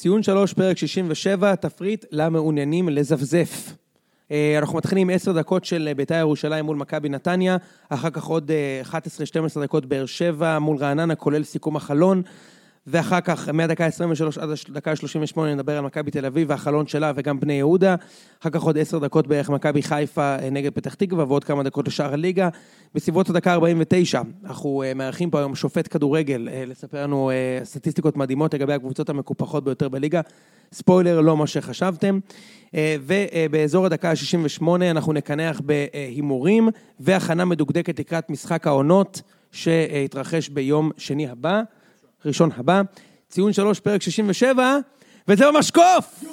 ציון 3, פרק 67, תפריט למעוניינים לזפזף. אנחנו מתחילים 10 דקות של בית"ר ירושלים מול מכבי נתניה, אחר כך עוד 11-12 דקות באר שבע מול רעננה, כולל סיכום החלון, ואחר כך מהדקה 23 עד הדקה 38 נדבר על מכבי תל אביב והחלון שלה וגם בני יהודה, אחר כך עוד 10 דקות בערך מכבי חיפה נגד פתח תקווה ועוד כמה דקות לשאר הליגה. בסביבות הדקה 49 אנחנו מארחים פה היום שופט כדורגל לספר לנו סטטיסטיקות מדהימות לגבי הקבוצות המקופחות ביותר בליגה. ספוילר, לא מה שחשבתם. ובאזור הדקה ה-68 אנחנו נקנח בהימורים והכנה מדוקדקת לקראת משחק העונות שיתרחש ביום שני הבא, ראשון הבא. ציון 3, פרק 67, וזה במשקוף!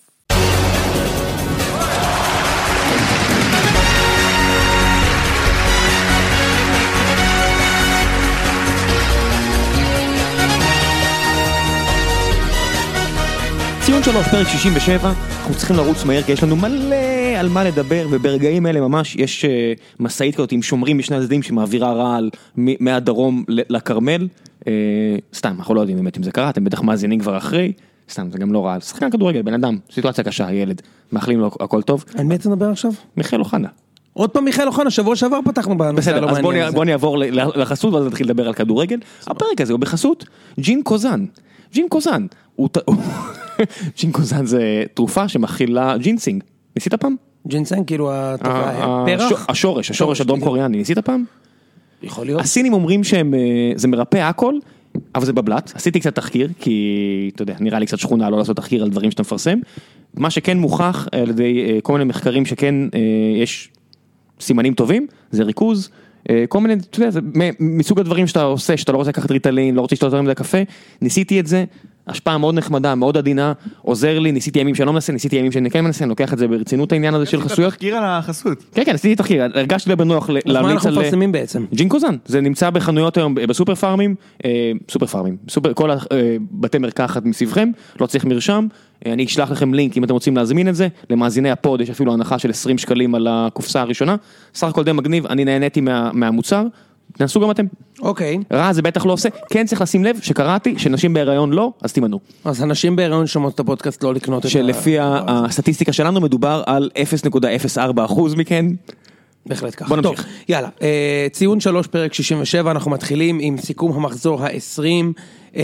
ציון 3, פרק 67, אנחנו צריכים לרוץ מהר, כי יש לנו מלא על מה לדבר, וברגעים אלה ממש יש מסעית כזאת עם שומרים משני הצדדים שמעבירה רעל מהדרום לקרמל. סתם, אנחנו לא יודעים באמת אם זה קרה, אתם בטח מאזינים כבר אחרי, סתם, זה גם לא רעל. שחקן כדורגל, בן אדם, סיטואציה קשה, ילד, מאחלים לו הכל טוב. על מי אתה מדבר עכשיו? מיכאל אוחנה. עוד פעם מיכאל אוחנה, שבוע שעבר פתחנו בנושא. בסדר, אז בוא נעבור לחסות, ואז נתחיל לדבר על כדורגל. הפרק הזה הוא בחסות ג'ין קוזן. ג'ין קוזן, ג'ין קוזן זה תרופה שמכילה ג'ינסינג. ניסית פעם? ג'ינסינג, כאילו הפרח? השורש הדרום קוריאני, ניסית פעם? יכול להיות. הסינים אומרים שזה מרפא הכל, אבל זה בבלט. עשיתי קצת תחקיר, כי אתה יודע, נראה לי קצת שכונה לא לעשות תחקיר על דברים שאתה מפרסם. מה שכן מוכח על ידי כל מיני מחקרים שכן יש סימנים טובים, זה ריכוז, כל מיני, אתה יודע, זה מסוג הדברים שאתה עושה, שאתה לא רוצה לקחת ריטלין, לא רוצה שאתה יותר מדי קפה, ניסיתי את זה, השפעה מאוד נחמדה, מאוד עדינה, עוזר לי, ניסיתי ימים שאני לא מנסה, ניסיתי ימים שאני כן מנסה, אני לוקח את זה ברצינות העניין הזה של חסויות. עשית תחקיר על החסות. כן, כן, עשיתי תחקיר, הרגשתי לי בנוח להמליץ על... אז מה אנחנו מפרסמים בעצם? ג'ין קוזן, זה נמצא בחנויות היום בסופר פארמים, כל בתי מרקחת מסביבכם, לא צריך מרשם, אני אשלח לכם לינק אם אתם רוצים להזמין את זה, למאזיני הפוד יש אפילו הנחה של 20 שקלים על הקופסה הראשונה, סך הכל די מגניב, אני נהניתי מהמוצר, תנסו גם אתם. אוקיי. רע זה בטח לא עושה, כן צריך לשים לב שקראתי שנשים בהיריון לא, אז תימנו. אז אנשים בהיריון שומעות את הפודקאסט לא לקנות את שלפי הסטטיסטיקה שלנו מדובר על 0.04% מכן. בהחלט ככה. בוא נמשיך. טוב, יאללה. ציון 3, פרק 67, אנחנו מתחילים עם סיכום המחזור ה-20,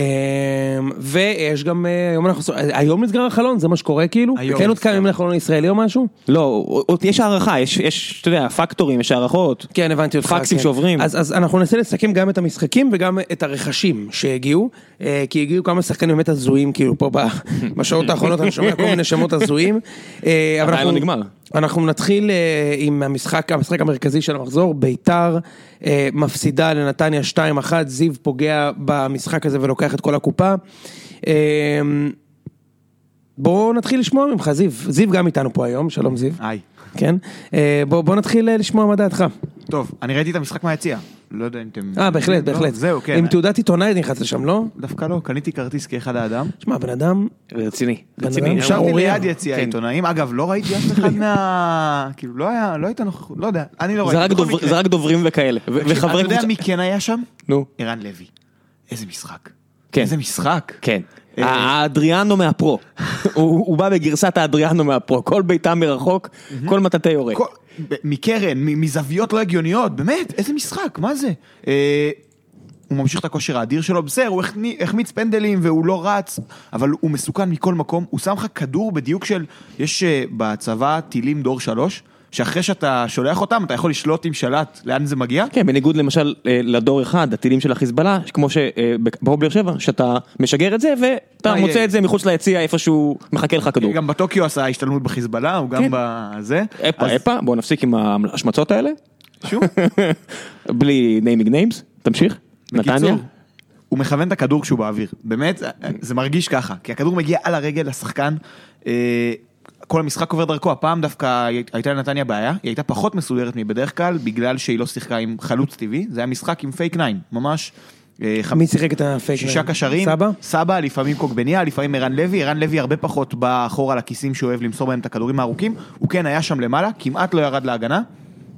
ויש גם, היום נסגר החלון, זה מה שקורה כאילו? כן עוד כמה ימים לחלון הישראלי או משהו? לא, יש הערכה, יש, אתה יודע, פקטורים, יש הערכות. כן, הבנתי אותך. פקסים שעוברים. אז אנחנו ננסה לסכם גם את המשחקים וגם את הרכשים שהגיעו, כי הגיעו כמה שחקנים באמת הזויים, כאילו פה בשעות האחרונות אני שומע כל מיני שמות הזויים. אבל לא נגמר. אנחנו נתחיל עם המשחק המרכזי של המחזור, ביתר מפסידה לנתניה 2-1, זיו פוגע במשחק הזה ולוקח את כל הקופה. בואו נתחיל לשמוע ממך, זיו גם איתנו פה היום, שלום זיו. היי. כן, בואו נתחיל לשמוע מה דעתך. טוב, אני ראיתי את המשחק מהיציאה, לא יודע אם אתם... בהחלט. זהו, כן. עם תעודת עיתונאי נכנס לשם, לא? דווקא לא, קניתי כרטיס כאחד האדם. שמע, בן אדם... רציני. ישבתי ליד יציאה עיתונאים, אגב, לא ראיתי אף אחד כאילו, לא הייתה נוכחות, לא יודע, אני לא ראיתי. זה רק דוברים וכאלה. אתה יודע מי כן היה שם? נו. ערן לוי. איזה משחק. כן. איזה משחק. כן. האדריאנו מהפרו. הוא בא בגרסת האדריאנו מהפרו. כל ביתה מרחוק, כל מטאטי יורה. מקרן, מזוויות לא הגיוניות, באמת, איזה משחק, מה זה? הוא ממשיך את הכושר האדיר שלו, בסדר, הוא החמיץ פנדלים והוא לא רץ, אבל הוא מסוכן מכל מקום, הוא שם לך כדור בדיוק של, יש בצבא טילים דור 3, שאחרי שאתה שולח אותם, אתה יכול לשלוט עם שלט לאן זה מגיע. כן, בניגוד למשל לדור 1, הטילים של החיזבאללה, כמו שבאר שבע, שאתה משגר את זה, ואתה מוצא את זה מחוץ ליציאה, איפשהו מחכה לך כדור. גם בטוקיו עשה השתלמות בחיזבאללה, הוא גם בזה. אפה, בואו נפסיק עם ההשמצות האלה. שום? בלי naming names, תמשיך. נתניה. הוא מכוון את הכדור כשהוא באוויר. באמת, זה מרגיש ככה, כי הכדור מגיע על הרגל לשחקן, כל המשחק עובר דרכו, הפעם דווקא הייתה לנתניה בעיה, היא הייתה פחות מסודרת מבדרך כלל, בגלל שהיא לא שיחקה עם חלוץ טבעי, זה היה משחק עם פייק 9, ממש. מי שיחק את הפייק 9? 6 קשרים, סבא, לפעמים קוקבניה, לפעמים ערן לוי, ערן לוי הרבה פחות בא אחורה לכיסים שהוא אוהב למסור בהם את הכדורים הארוכים, הוא כן היה שם למעלה, כמעט לא ירד להגנה,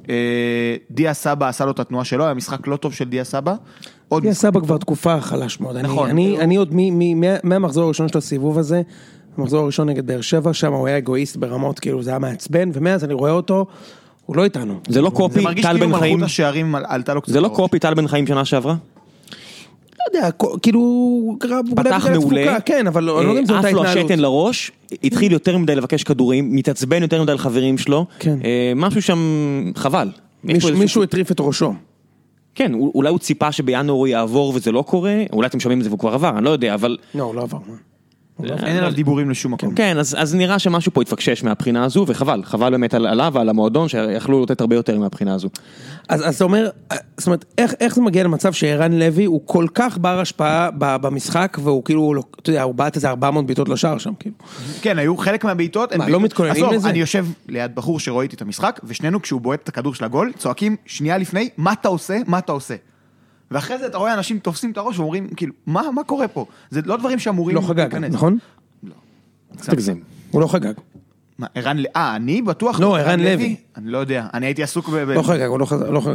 דיה סבא עשה לו את התנועה שלו, היה משחק לא טוב של דיה סבא. דיה סבא כבר תקופה חלש מאוד. נכון. אני עוד מהמחזור הראשון של הסיבוב הזה, המחזור הראשון נגד באר שבע, שם הוא היה אגואיסט ברמות, כאילו זה היה מעצבן, ומאז אני רואה אותו, הוא לא איתנו. זה לא קופי, טל בן חיים. מלכות השערים עלתה לו קצת. זה לא קופי, טל בן חיים שנה שעברה? לא יודע, כאילו... פתח מעולה. כן, אבל לא יודע אם זאת עף לו ההתנהלות. השתן לראש, התחיל יותר מדי לבקש כדורים, מתעצבן יותר מדי לחברים שלו. כן. משהו שם חבל. מישהו הטריף את ראשו. כן, אולי הוא ציפה שבינואר הוא יעבור וזה לא קורה, אולי אתם שומעים את זה והוא כבר עבר, אני לא יודע, אבל... לא, הוא לא עבר. אין עליו דיבורים לשום מקום. כן, אז נראה שמשהו פה התפקשש מהבחינה הזו, וחבל, חבל באמת עליו ועל המועדון, שיכלו לתת הרבה יותר מהבחינה הזו. אז אתה אומר, זאת אומרת, איך זה מגיע למצב שערן לוי הוא כל כך בר השפעה במשחק, והוא כאילו, אתה יודע, הוא בעט איזה 400 בעיטות לשער שם, כאילו. כן, היו חלק מהבעיטות. מה, לא מתכוננים לזה? אני יושב ליד בחור שראיתי את המשחק, ושנינו כשהוא בועט את הכדור של הגול, צועקים שנייה לפני, מה אתה עושה? מה אתה עושה? ואחרי זה אתה רואה אנשים תופסים את הראש ואומרים, כאילו, מה קורה פה? זה לא דברים שאמורים... לא חגג, נכון? לא. תגזים. הוא לא חגג. מה, אני בטוח... לא, ערן לוי. אני לא יודע, אני הייתי עסוק לא חגג, הוא לא חגג,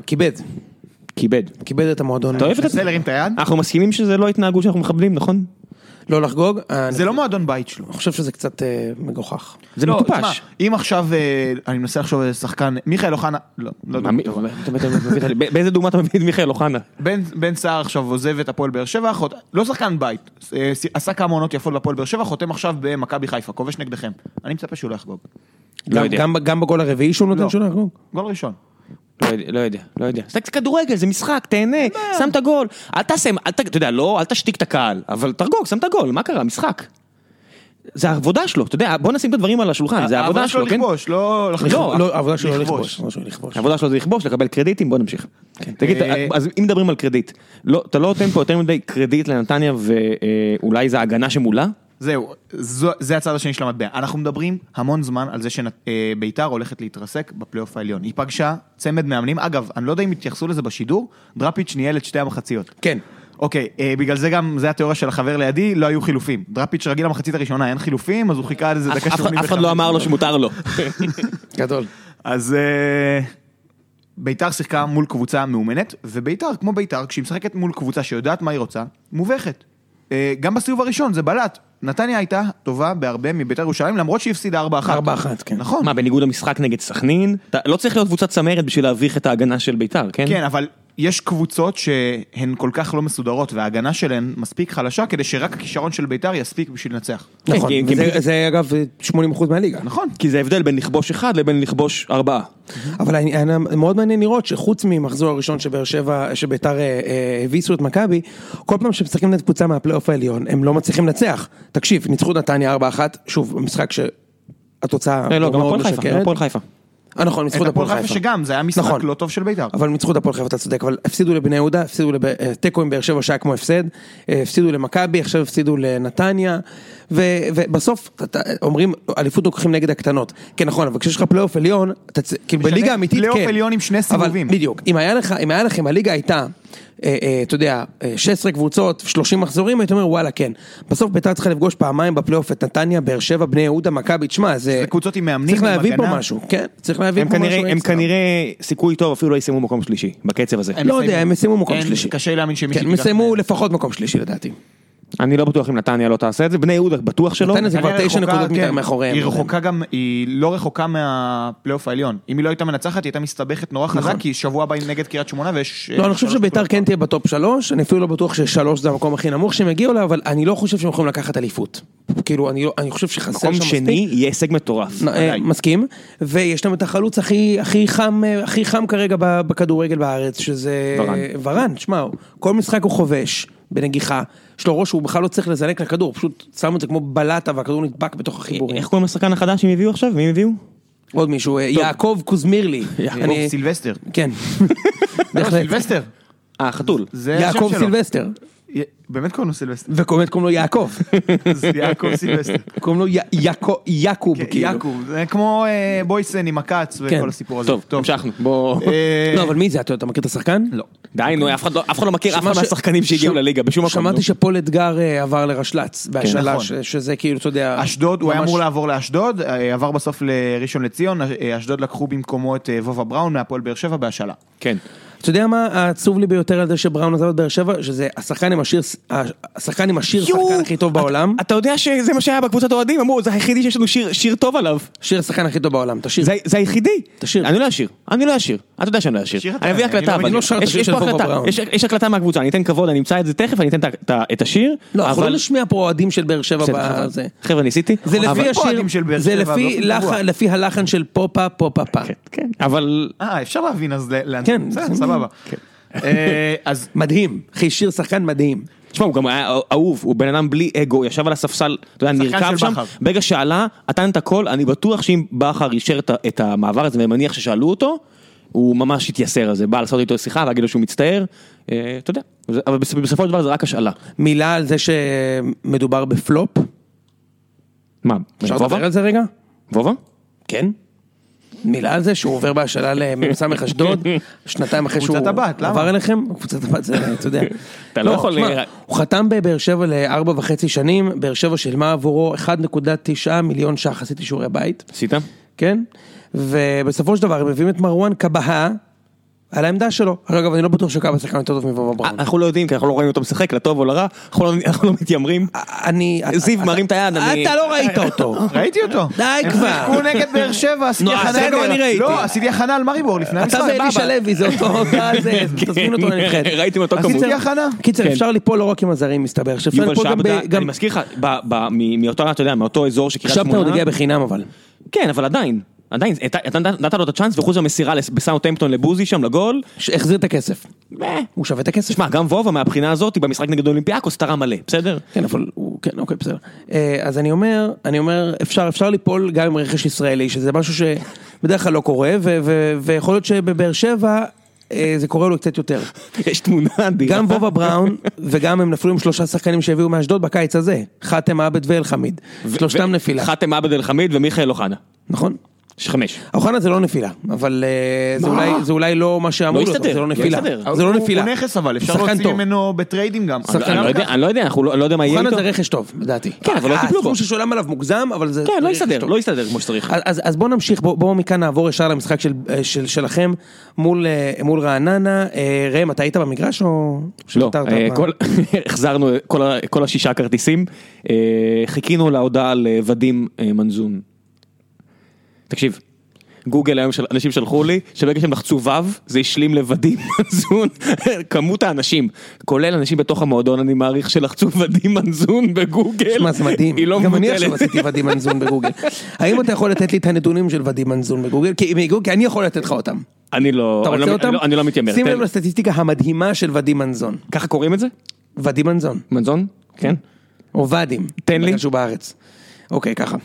כיבד את המועדון. אתה אוהב את זה? להרים את היד? אנחנו מסכימים שזה לא התנהגות שאנחנו מכבדים, נכון? לא לחגוג. זה לא מועדון בית שלו. אני חושב שזה קצת מגוחך. זה לא, מטופש. תשמע, אם עכשיו, אני מנסה לחשוב על שחקן, מיכאל אוחנה, לא באיזה דוגמה אתה מביא את מיכאל אוחנה? בן סער עכשיו עוזב את הפועל באר שבע, לא שחקן בית, עשה כמה עונות יפות בפועל באר שבע, חותם עכשיו במכבי חיפה, כובש נגדכם. אני מצפה שהוא לא יחגוג. גם בגול הרביעי שהוא נותן שהוא לא יחגוג? גול ראשון. לא יודע. זה כדורגל, זה משחק, תהנה, שם את הגול. אל תעשה, אתה יודע, לא, אל תשתיק את הקהל, אבל תרגוג, שם את הגול, מה קרה? משחק. זה העבודה שלו, אתה יודע, בוא נשים את הדברים על השולחן, זה העבודה שלו, כן? לכבוש, לא העבודה שלו לכבוש. העבודה שלו זה לכבוש, לקבל קרדיטים, בוא נמשיך. תגיד, אז אם מדברים על קרדיט, אתה לא נותן פה יותר מדי קרדיט לנתניה, ואולי זה ההגנה שמולה? זהו, זה הצד השני של המטבע. אנחנו מדברים המון זמן על זה שביתר הולכת להתרסק בפלייאוף העליון. היא פגשה צמד מאמנים, אגב, אני לא יודע אם התייחסו לזה בשידור, דראפיץ' ניהל את שתי המחציות. כן. אוקיי, בגלל זה גם, זה התיאוריה של החבר לידי, לא היו חילופים. דראפיץ' רגיל למחצית הראשונה, אין חילופים, אז הוא חיכה על איזה דקה 85. אף אחד לא אמר לו שמותר לו. גדול. אז ביתר שיחקה מול קבוצה מאומנת, וביתר, כמו ביתר, כשהיא משחקת מול קבוצה שיודעת מה היא רוצה, מובכת. גם בסיבוב הראשון, זה בלט. נתניה הייתה טובה בהרבה מביתר ירושלים, למרות שהיא הפסידה 4-1. 4-1, כן. נכון. מה, בניגוד למשחק נגד סכנין? לא צריך להיות קבוצת צמרת בשביל להביך את ההגנה של ביתר, כן? כן, אבל יש קבוצות שהן כל כך לא מסודרות, וההגנה שלהן מספיק חלשה, כדי שרק הכישרון של ביתר יספיק בשביל לנצח. נכון, זה אגב 80% מהליגה. נכון. כי זה הבדל בין לכבוש אחד לבין לכבוש 4. אבל היה מאוד מעניין לראות שחוץ ממחזור הראשון שביתר הביסו את מכבי, כל פעם שמשחקים את קבוצה מהפלייאוף העליון, הם לא מצליחים לנצח. תקשיב, ניצחו נתניה 4-1, שוב, משחק שהתוצאה... לא, גם הפועל חיפה. נכון, ניצחו את הפועל חיפה. שגם, זה היה משחק לא טוב של ביתר. אבל ניצחו את הפועל חיפה, אתה צודק, אבל הפסידו לבני יהודה, הפסידו לתיקו עם באר שבע שהיה כמו הפסד, הפסידו למכבי, עכשיו הפסידו לנתניה, ובסוף אומרים, אליפות לוקחים נגד הקטנות. כן, נכון, אבל כשיש לך פלייאוף עליון, כאילו בליגה האמיתית, כן. פלייאוף עליון עם שני סיבובים. בדיוק, אם היה לכם, הליגה הייתה, אתה יודע, 16 קבוצות, 30 מחזורים, הייתי אומר, וואלה, כן. בסוף ביתר צריכה לפגוש פעמיים בפלייאוף את נתניה, באר שבע, בני יהודה, מכבי, תשמע, זה קבוצות עם מאמנים, צריך להביא פה משהו, כן? צריך להביא פה משהו. הם כנראה סיכוי טוב, אפילו לא יסיימו מקום שלישי, בקצב הזה. לא יודע, הם יסיימו מקום שלישי. קשה להאמין שהם יסיימו לפחות מקום שלישי, לדעתי. אני לא בטוח אם נתניה לא תעשה את זה, בני יהודה בטוח שלא. נתניה זה כבר 9 נקודות מאחוריהם. היא רחוקה גם, היא לא רחוקה מהפלייאוף העליון. אם היא לא הייתה מנצחת, היא הייתה מסתבכת נורא חזק, כי שבוע הבא נגד קריית שמונה ויש... לא, אני חושב שביתר כן תהיה בטופ 3, אני אפילו לא בטוח ש3 זה המקום הכי נמוך שהם הגיעו לה, אבל אני לא חושב שהם יכולים לקחת אליפות. כאילו, אני חושב שחסר שם מספיק. מקום שני יהיה הישג מטורף. מסכים, ויש להם את החלוץ הכי חם כרגע בכדורגל בארץ, שזה ורן. תשמע, כל משחק הוא חובש בנגיחה, יש לו ראש שהוא בכלל לא צריך לזנק לכדור, פשוט שמו את זה כמו בלטה והכדור נדבק בתוך החיבורים. איך קוראים לשחקן החדש שהם הביאו עכשיו? מי הביאו? עוד מישהו, יעקב קוזמירלי. יעקב סילבסטר. כן. סילבסטר. חתול. יעקב סילבסטר. באמת קוראים לו סילבסטר. וקוראים לו יעקב. זה יעקב סילבסטר. קוראים לו יעקוב, כאילו. יעקב, זה כמו בויסן עם הקץ וכל הסיפור הזה. טוב, המשכנו, בוא... לא, אבל מי זה? אתה מכיר את השחקן? לא. די, נו, אף אחד לא מכיר אף אחד מהשחקנים שהגיעו לליגה, בשום מקום. שמעתי שפול אתגר עבר לרשל"צ, בהשאלה, נכון. שזה כאילו, אתה יודע... אשדוד, הוא היה אמור לעבור לאשדוד, עבר בסוף לראשון לציון, אשדוד לקחו במקומו את וובה בראון מהפועל באר שבע בהשאלה. כן. אתה יודע מה עצוב לי ביותר על זה שבראון עזב את באר שבע? שזה השחקן עם השיר השחקן הכי טוב בעולם. אתה יודע שזה מה שהיה בקבוצת אוהדים, אמרו, זה היחידי שיש לנו שיר טוב עליו. שיר השחקן הכי טוב בעולם, תשיר. זה היחידי. תשיר. אני לא אשיר. אתה יודע שאני לא אשיר. אני אביא הקלטה, אבל לא שר את השיר של וובה בראון. יש הקלטה מהקבוצה, אני אתן כבוד, אני אמצא את זה תכף, אני אתן את השיר. לא, אנחנו לא נשמיע פה אוהדים של באר שבע בזה. חבר'ה, ניסיתי. זה לפי השיר, זה לפי הלחן של פופה, פופה, פופה. כן, אבל... אפשר להבין, אז כן, סבבה. אז מדהים, אחי, שיר שחקן מדהים. תשמע, הוא גם היה אהוב, הוא בן אדם בלי אגו, ישב על הספסל, אתה יודע, נרכב שם, ברגע שעלה, נתן את הכל, אני בטוח שאם בכר אישר את המעבר הזה, ומניח ששאלו אותו, הוא ממש התייסר על זה, בא לעשות איתו שיחה, להגיד לו שהוא מצטער, אתה יודע, אבל בסופו של דבר זה רק השאלה. מילה על זה שמדובר בפלופ? מה? אפשר לדבר על זה רגע? וובה? כן. מילה על זה שהוא עובר בהשאלה למסמך אשדוד, שנתיים אחרי שהוא עבר אליכם, קבוצת הבת זה, אתה יודע. אתה לא יכול... הוא חתם בבאר שבע ל4.5 שנים, באר שבע שילמה עבורו 1.9 מיליון ש"ח, עשיתי שיעורי בית. עשית? כן, ובסופו של דבר הם מביאים את מרואן קבהה, על העמדה שלו. אגב, אני לא בטוח שקאבה שחקן יותר טוב מוובה בראון. אנחנו לא יודעים, כי אנחנו לא רואים אותו משחק, לטוב או לרע, אנחנו לא מתיימרים. זיו מרים את היד, אתה לא ראית אותו. ראיתי אותו. די כבר. הוא נגד באר שבע, עשיתי הכנה. גם אני ראיתי. לא, עשיתי הכנה על מריבור לפני המשחק. אתה ואלישע לוי, זה אותו זה, תזמין אותו לנבחרת. ראיתי אותו כמובן. עשיתי הכנה. קיצר, אפשר ליפול לא רק עם הזרים, מסתבר. יובל שבתא, אני מזכיר לך, מאותו אזור שקריית שמונה. שבתא עוד הגיע בחינם אבל. כן, אבל עדיין, אתה נתת לו את הצ'אנס, וחוץ המסירה בסאוטהמפטון לבוזי שם לגול. החזיר את הכסף. הוא שווה את הכסף. שמע, גם וובה מהבחינה הזאת, במשחק נגד אולימפיאקוס, תרם מלא, בסדר? כן, אבל הוא, כן, אוקיי, בסדר. אז אני אומר, אפשר ליפול גם עם רכש ישראלי, שזה משהו שבדרך כלל לא קורה, ויכול להיות שבבאר שבע, זה קורה לו קצת יותר. יש תמונה אדירה. גם וובה בראון, וגם הם נפלו עם 3 שחקנים שהביאו מאשדוד בקיץ הזה. חאתם עבד ואל חמיד. שלושתם נפילה. חאתם עבד אל חמיד ומיכאל אוחנה. נכון? 5. אוחנה זה לא נפילה, אבל זה אולי לא מה שאמרו לו, זה לא נפילה. זה לא נפילה. הוא נכס אבל, אפשר להוציא ממנו בטריידים גם. אני לא יודע, אנחנו לא יודע מה יהיה איתו. אוחנה זה רכש טוב, לדעתי. כן, אבל לא טיפלו בו. הסכום ששולם עליו מוגזם, אבל זה... כן, לא יסתדר כמו שצריך. אז בואו נמשיך, בואו מכאן נעבור ישר למשחק שלכם מול רעננה. ראם, אתה היית במגרש או... לא, החזרנו כל 6 כרטיסים, חיכינו להודעה על ודים מנזון. תקשיב, גוגל היום אנשים שלחו לי, שברגע שהם לחצו וו, זה השלים לוודים מנזון, כמות האנשים, כולל אנשים בתוך המועדון, אני מעריך שלחצו ודים מנזון בגוגל. שמה, זה מדהים, גם אני עכשיו עשיתי ודים מנזון בגוגל. האם אתה יכול לתת לי את הנתונים של ודים מנזון בגוגל? כי אני יכול לתת לך אותם. אני לא מתיימר. שים לב לסטטיסטיקה המדהימה של ודים מנזון. ככה קוראים את זה? ודים מנזון. מנזון? כן. או ודים. תן לי. משהו בארץ. אוקיי, ככה.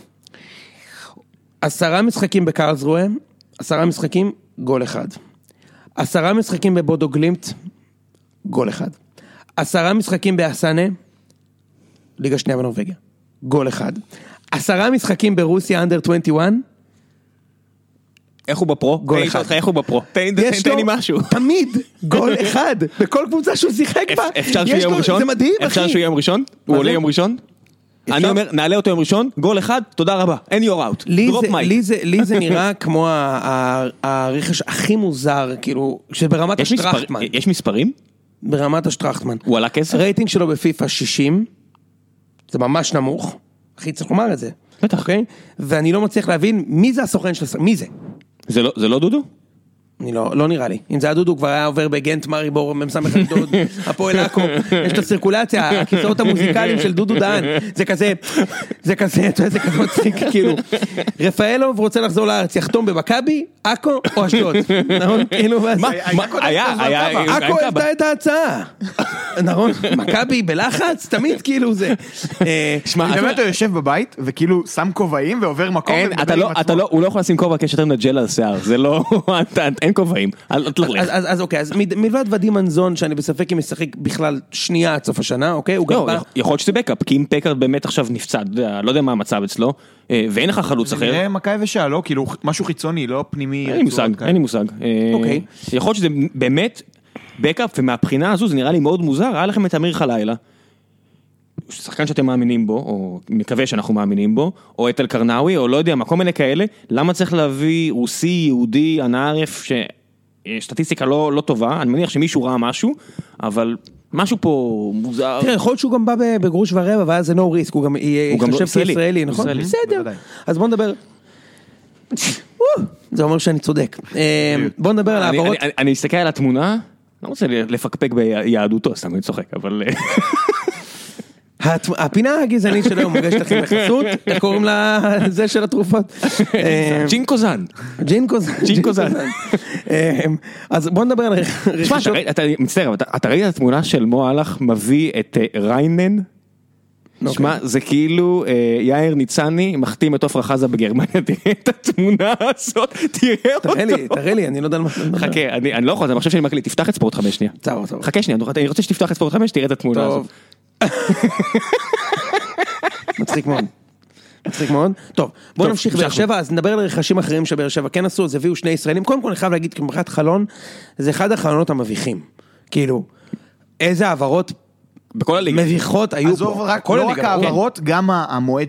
10 משחקים בקרלסרואה, 10 משחקים, גול 1. 10 משחקים בבודו גלימפט, גול 1. 10 משחקים באסנה, ליגה שנייה בנורווגיה, גול 1. 10 משחקים ברוסיה אנדר 21, איך הוא בפרו? גול 1. איך הוא בפרו? תן לי משהו. תמיד גול 1, בכל קבוצה שהוא שיחק בה. אפשר שהוא יום ראשון? זה מדהים, אחי. אפשר שהוא יום ראשון? הוא עולה יום ראשון? אני אומר, נעלה אותו יום ראשון, גול 1, תודה רבה, אין יור אאוט, דרופ מייק. לי זה נראה כמו הרכש הכי מוזר, כאילו, שברמת השטרחטמן. יש מספרים? ברמת השטרחטמן. הוא עלה כסף? רייטינג שלו בפיפה 60, זה ממש נמוך, אחי צריך לומר את זה. בטח. אוקיי? ואני לא מצליח להבין מי זה הסוכן של הסוכן, מי זה? זה לא דודו? אני לא נראה לי. אם זה היה דודו, כבר היה עובר בגנט מריבור, ממסמך אשדוד, הפועל עכו, יש את הסירקולציה, הכיסאות המוזיקליים של דודו דהן, זה כזה, אתה יודע, זה כזה מצחיק, כאילו, רפאלוב רוצה לחזור לארץ, יחתום במכבי, עכו או אשדוד, נכון? כאילו, היה, עכו העלתה את ההצעה, נכון? מכבי בלחץ, תמיד כאילו זה. שמע, באמת הוא יושב בבית, וכאילו שם כובעים ועובר מקום, הוא לא יכול לשים כובע כשאתה מנג'ל על שיער, זה לא, אין אין כובעים, אל תלכלך. אז אוקיי, אז מלבד ודים מנזון, שאני בספק אם ישחק בכלל שנייה עד סוף השנה, אוקיי? לא, יכול להיות שזה בקאפ, כי אם פקארד באמת עכשיו נפצע, לא יודע מה המצב אצלו, ואין לך חלוץ אחר. נראה מכה יבשה, לא? כאילו, משהו חיצוני, לא פנימי. אין לי מושג. אוקיי. יכול להיות שזה באמת בקאפ, ומהבחינה הזו זה נראה לי מאוד מוזר, היה לכם את אמיר חלילה, שחקן שאתם מאמינים בו, או מקווה שאנחנו מאמינים בו, או את אלקרנאווי, או לא יודע, מקום אלה כאלה, למה צריך להביא רוסי, יהודי, אנערף, שסטטיסטיקה לא טובה, אני מניח שמישהו ראה משהו, אבל משהו פה מוזר. תראה, יכול להיות שהוא גם בא בגרוש ורבע, ואז זה no risk, הוא גם יחשב כישראלי, נכון? בסדר. אז בוא נדבר. זה אומר שאני צודק. בוא נדבר על העברות. אני אסתכל על התמונה, לא רוצה לפקפק ביהדותו, סתם אני צוחק, אבל... הפינה הגזענית שלו מוגשת לכם בחסות, איך קוראים לה זה של התרופות? ג'ינקוזן. ג'ינקוזן. אז בוא נדבר על רכישות. אתה מצטער, אתה ראית את התמונה של מועלך מביא את ריינן? שמע, זה כאילו יאיר ניצני מחתים את עופרה חזה בגרמניה, תראה את התמונה הזאת, תראה אותו. תראה לי, אני לא יודע על מה. חכה, אני לא יכול, אני חושב שאני מקליט, תפתח את ספורט 5 שנייה. חכה שנייה, אני רוצה שתפתח את ספורט 5, תראה את התמונה הזאת. מצחיק מאוד. טוב, בוא נמשיך באר שבע, אז נדבר על רכשים אחרים שבאר שבע כן עשו, אז הביאו שני ישראלים, קודם כל אני חייב להגיד, כמחת חלון, זה אחד החלונות המביכים, כאילו, איזה העברות בכל הליגה. מביכות היו פה. לא רק העברות, גם המועד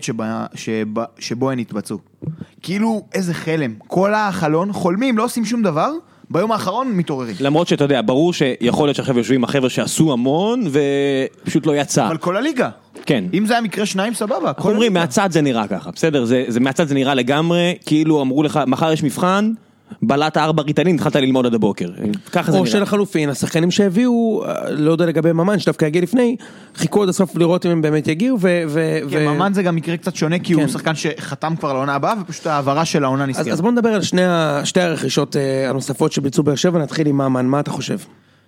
שבו הן התבצעו. כאילו, איזה חלם. כל החלון, חולמים, לא עושים שום דבר, ביום האחרון מתעוררים. למרות שאתה יודע, ברור שיכול להיות שעכשיו יושבים החבר'ה שעשו המון, ופשוט לא יצא. אבל כל הליגה. כן. אם זה היה מקרה שניים, סבבה. אנחנו אומרים, מהצד זה נראה ככה, בסדר? מהצד זה נראה לגמרי, כאילו אמרו לך, מחר יש מבחן, בלעת 4 ריטלין, התחלת ללמוד עד הבוקר. ככה זה נראה. או של החלופין, השחקנים שהביאו, לא יודע לגבי ממן, שדווקא יגיע לפני, חיכו עד הסוף לראות אם הם באמת יגיעו, כן, ממן זה גם מקרה קצת שונה, כי הוא שחקן שחתם כבר לעונה הבאה, ופשוט העברה של העונה נסגר. אז בוא נדבר על שתי הרכישות הנוספות שביצעו באר שבע, נתחיל עם ממן, מה אתה חושב?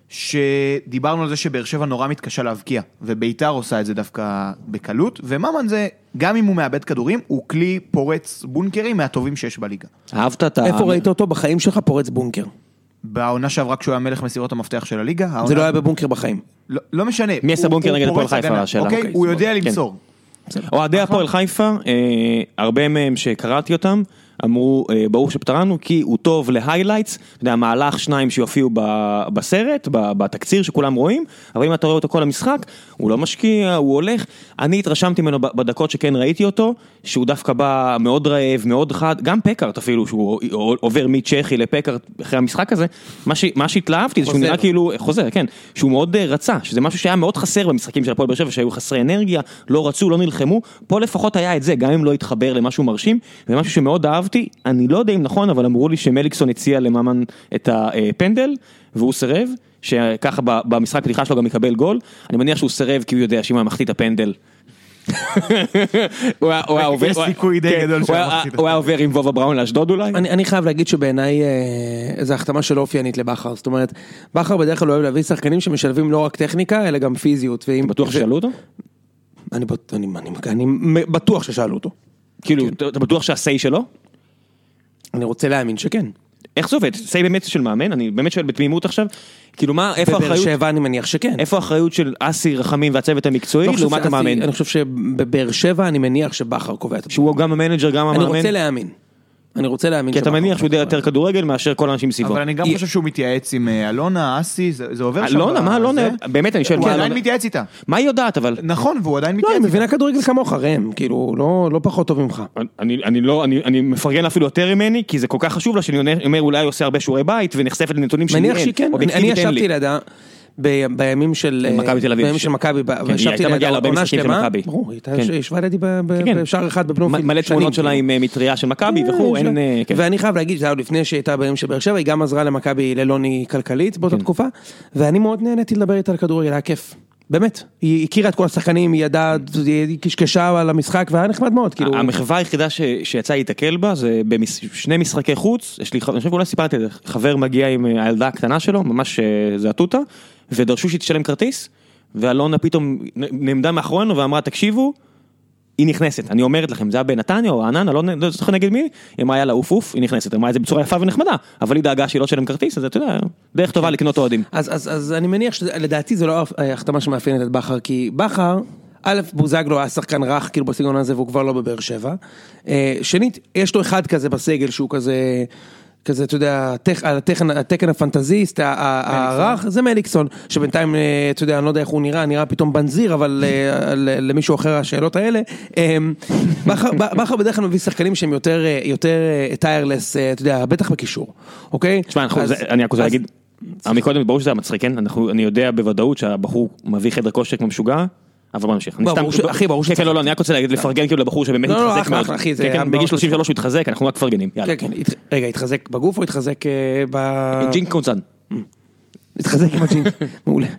שדיברנו על זה שבאר שבע נורא מתקשה להבקיע, וביתר עושה את זה דווקא בקלות, וממן זה, גם אם הוא מאבד כדורים, הוא כלי פורץ בונקרים מהטובים שיש בליגה. אהבת את איפה ראית אותו בחיים שלך פורץ בונקר? בעונה שעברה כשהוא היה מלך מסירות המפתח של הליגה. זה לא היה בבונקר בחיים. לא משנה. מי עשה בונקר נגד הפועל חיפה? אוקיי, הוא יודע למסור. אוהדי הפועל חיפה, הרבה מהם שקראתי אותם, אמרו, ברור שפטרנו, כי הוא טוב להיילייטס, מהלך 2 שיופיעו בסרט, בתקציר שכולם רואים, אבל אם אתה רואה אותו כל המשחק, הוא לא משקיע, הוא הולך. אני התרשמתי ממנו בדקות שכן ראיתי אותו, שהוא דווקא בא מאוד רעב, מאוד חד, גם פקארט אפילו, שהוא עובר מצ'כי לפקארט אחרי המשחק הזה, מה שהתלהבתי, זה שהוא נראה כאילו, חוזר, כן, שהוא מאוד רצה, שזה משהו שהיה מאוד חסר במשחקים של הפועל באר שבע, שהיו חסרי אנרגיה, לא רצו, לא נלחמו, פה לפחות היה את זה, גם אם לא התחבר למשהו מרשים, ומשהו שמאוד אהבתי, אני לא יודע אם נכון, אבל אמרו לי שמליקסון הציע לממן את הפנדל, והוא סירב, שככה במשחק פתיחה שלו גם יקבל גול, אני מניח שהוא סירב כי הוא יודע שאם הוא מחטיא את הפנדל, הוא היה עובר עם וובה בראון לאשדוד אולי? אני חייב להגיד שבעיניי זו החתמה שלא אופיינית לבחר, זאת אומרת, בחר בדרך כלל אוהב להביא שחקנים שמשלבים לא רק טכניקה, אלא גם פיזיות. בטוח ששאלו אותו? אני בטוח ששאלו אותו. כאילו, אתה בטוח שהסי שלו? אני רוצה להאמין שכן. איך זה עובד? סי באמת של מאמן? אני באמת שואל בתמימות עכשיו. כאילו מה, איפה האחריות? בבאר שבע אני מניח שכן. איפה האחריות של אסי רחמים והצוות המקצועי לעומת המאמן? אני חושב שבבאר שבע אני מניח שבחר קובע את זה. שהוא גם המנג'ר, גם המאמן. אני רוצה להאמין. כי אתה מניח שהוא יודע יותר כדורגל מאשר כל האנשים סביבו. אבל אני גם חושב שהוא מתייעץ עם אלונה, אסי, זה עובר שם. אלונה, מה אלונה? באמת אני שואל. הוא עדיין מתייעץ איתה. מה היא יודעת אבל? נכון, והוא עדיין מתייעץ איתה. לא, היא מבינה כדורגל כמוך, ראם, כאילו, לא פחות טוב ממך. אני מפרגן אפילו יותר ממני, כי זה כל כך חשוב לה, שאני אומר אולי עושה הרבה שיעורי בית, ונחשפת לנתונים שלי. מניח שהיא כן. אני ישבתי לידה. בימים של מכבי תל אביב, בימים של מכבי, וישבתי לידה עונה שלמה, ברור, היא ישבה לידי בשער אחד בפלומפילד, מלא תמונות שלה עם מטריה של מכבי וכו', ואני חייב להגיד, זה היה לפני שהייתה בימים של באר שבע, היא גם עזרה למכבי ללוני כלכלית באותה תקופה, ואני מאוד נהניתי לדבר איתה על כדורגל, היה כיף, באמת, היא הכירה את כל השחקנים, היא ידעה, היא קשקשה על המשחק, והיה נחמד מאוד, כאילו. המחווה היחידה שיצא להתקל בה, זה בשני משחקי חוץ, אני חושב אולי סיפרתי את זה, חבר מגיע עם הילדה הקטנה שלו, ממש זה הטוטה, ודרשו שהיא תשלם כרטיס, ואלונה פתאום נעמדה מאחורינו ואמרה, תקשיבו, היא נכנסת, אני אומרת לכם, זה היה בנתניה או הענן, לא זוכר נגד מי, היא אמרה יאללה אוף אוף, היא נכנסת, אמרה את זה בצורה יפה ונחמדה, אבל היא דאגה שהיא לא תשלם כרטיס, אז אתה יודע, דרך טובה לקנות אוהדים. אז אני מניח שלדעתי זה לא החתמה שמאפיינת את בכר, כי בכר, א', בוזגלו היה שחקן רך, כאילו בסגנון הזה, והוא כבר לא בבאר שבע. שנית, יש לו אחד כזה בסגל, שהוא כזה, אתה יודע, התקן הפנטזיסט, הרך, זה מליקסון, שבינתיים, אתה יודע, אני לא יודע איך הוא נראה פתאום בנזיר, אבל למישהו אחר השאלות האלה, בכר בדרך כלל מביא שחקנים שהם יותר טיירלס, אתה יודע, בטח בקישור, אוקיי? תשמע, אני רק רוצה להגיד, מקודם ברור שזה המצחיק, כן? אני יודע בוודאות שהבחור מביא חדר כושר כמו משוגע, אבל בוא נמשיך. אחי, ברור שצריך. לא, אני רק רוצה להגיד לפרגן כאילו לבחור שבאמת התחזק מאוד. בגיל 33 הוא התחזק, אנחנו רק פרגנים. כן, כן. רגע, התחזק בגוף או התחזק ג'ינק קונצן. התחזק עם הג'ינק, מעולה.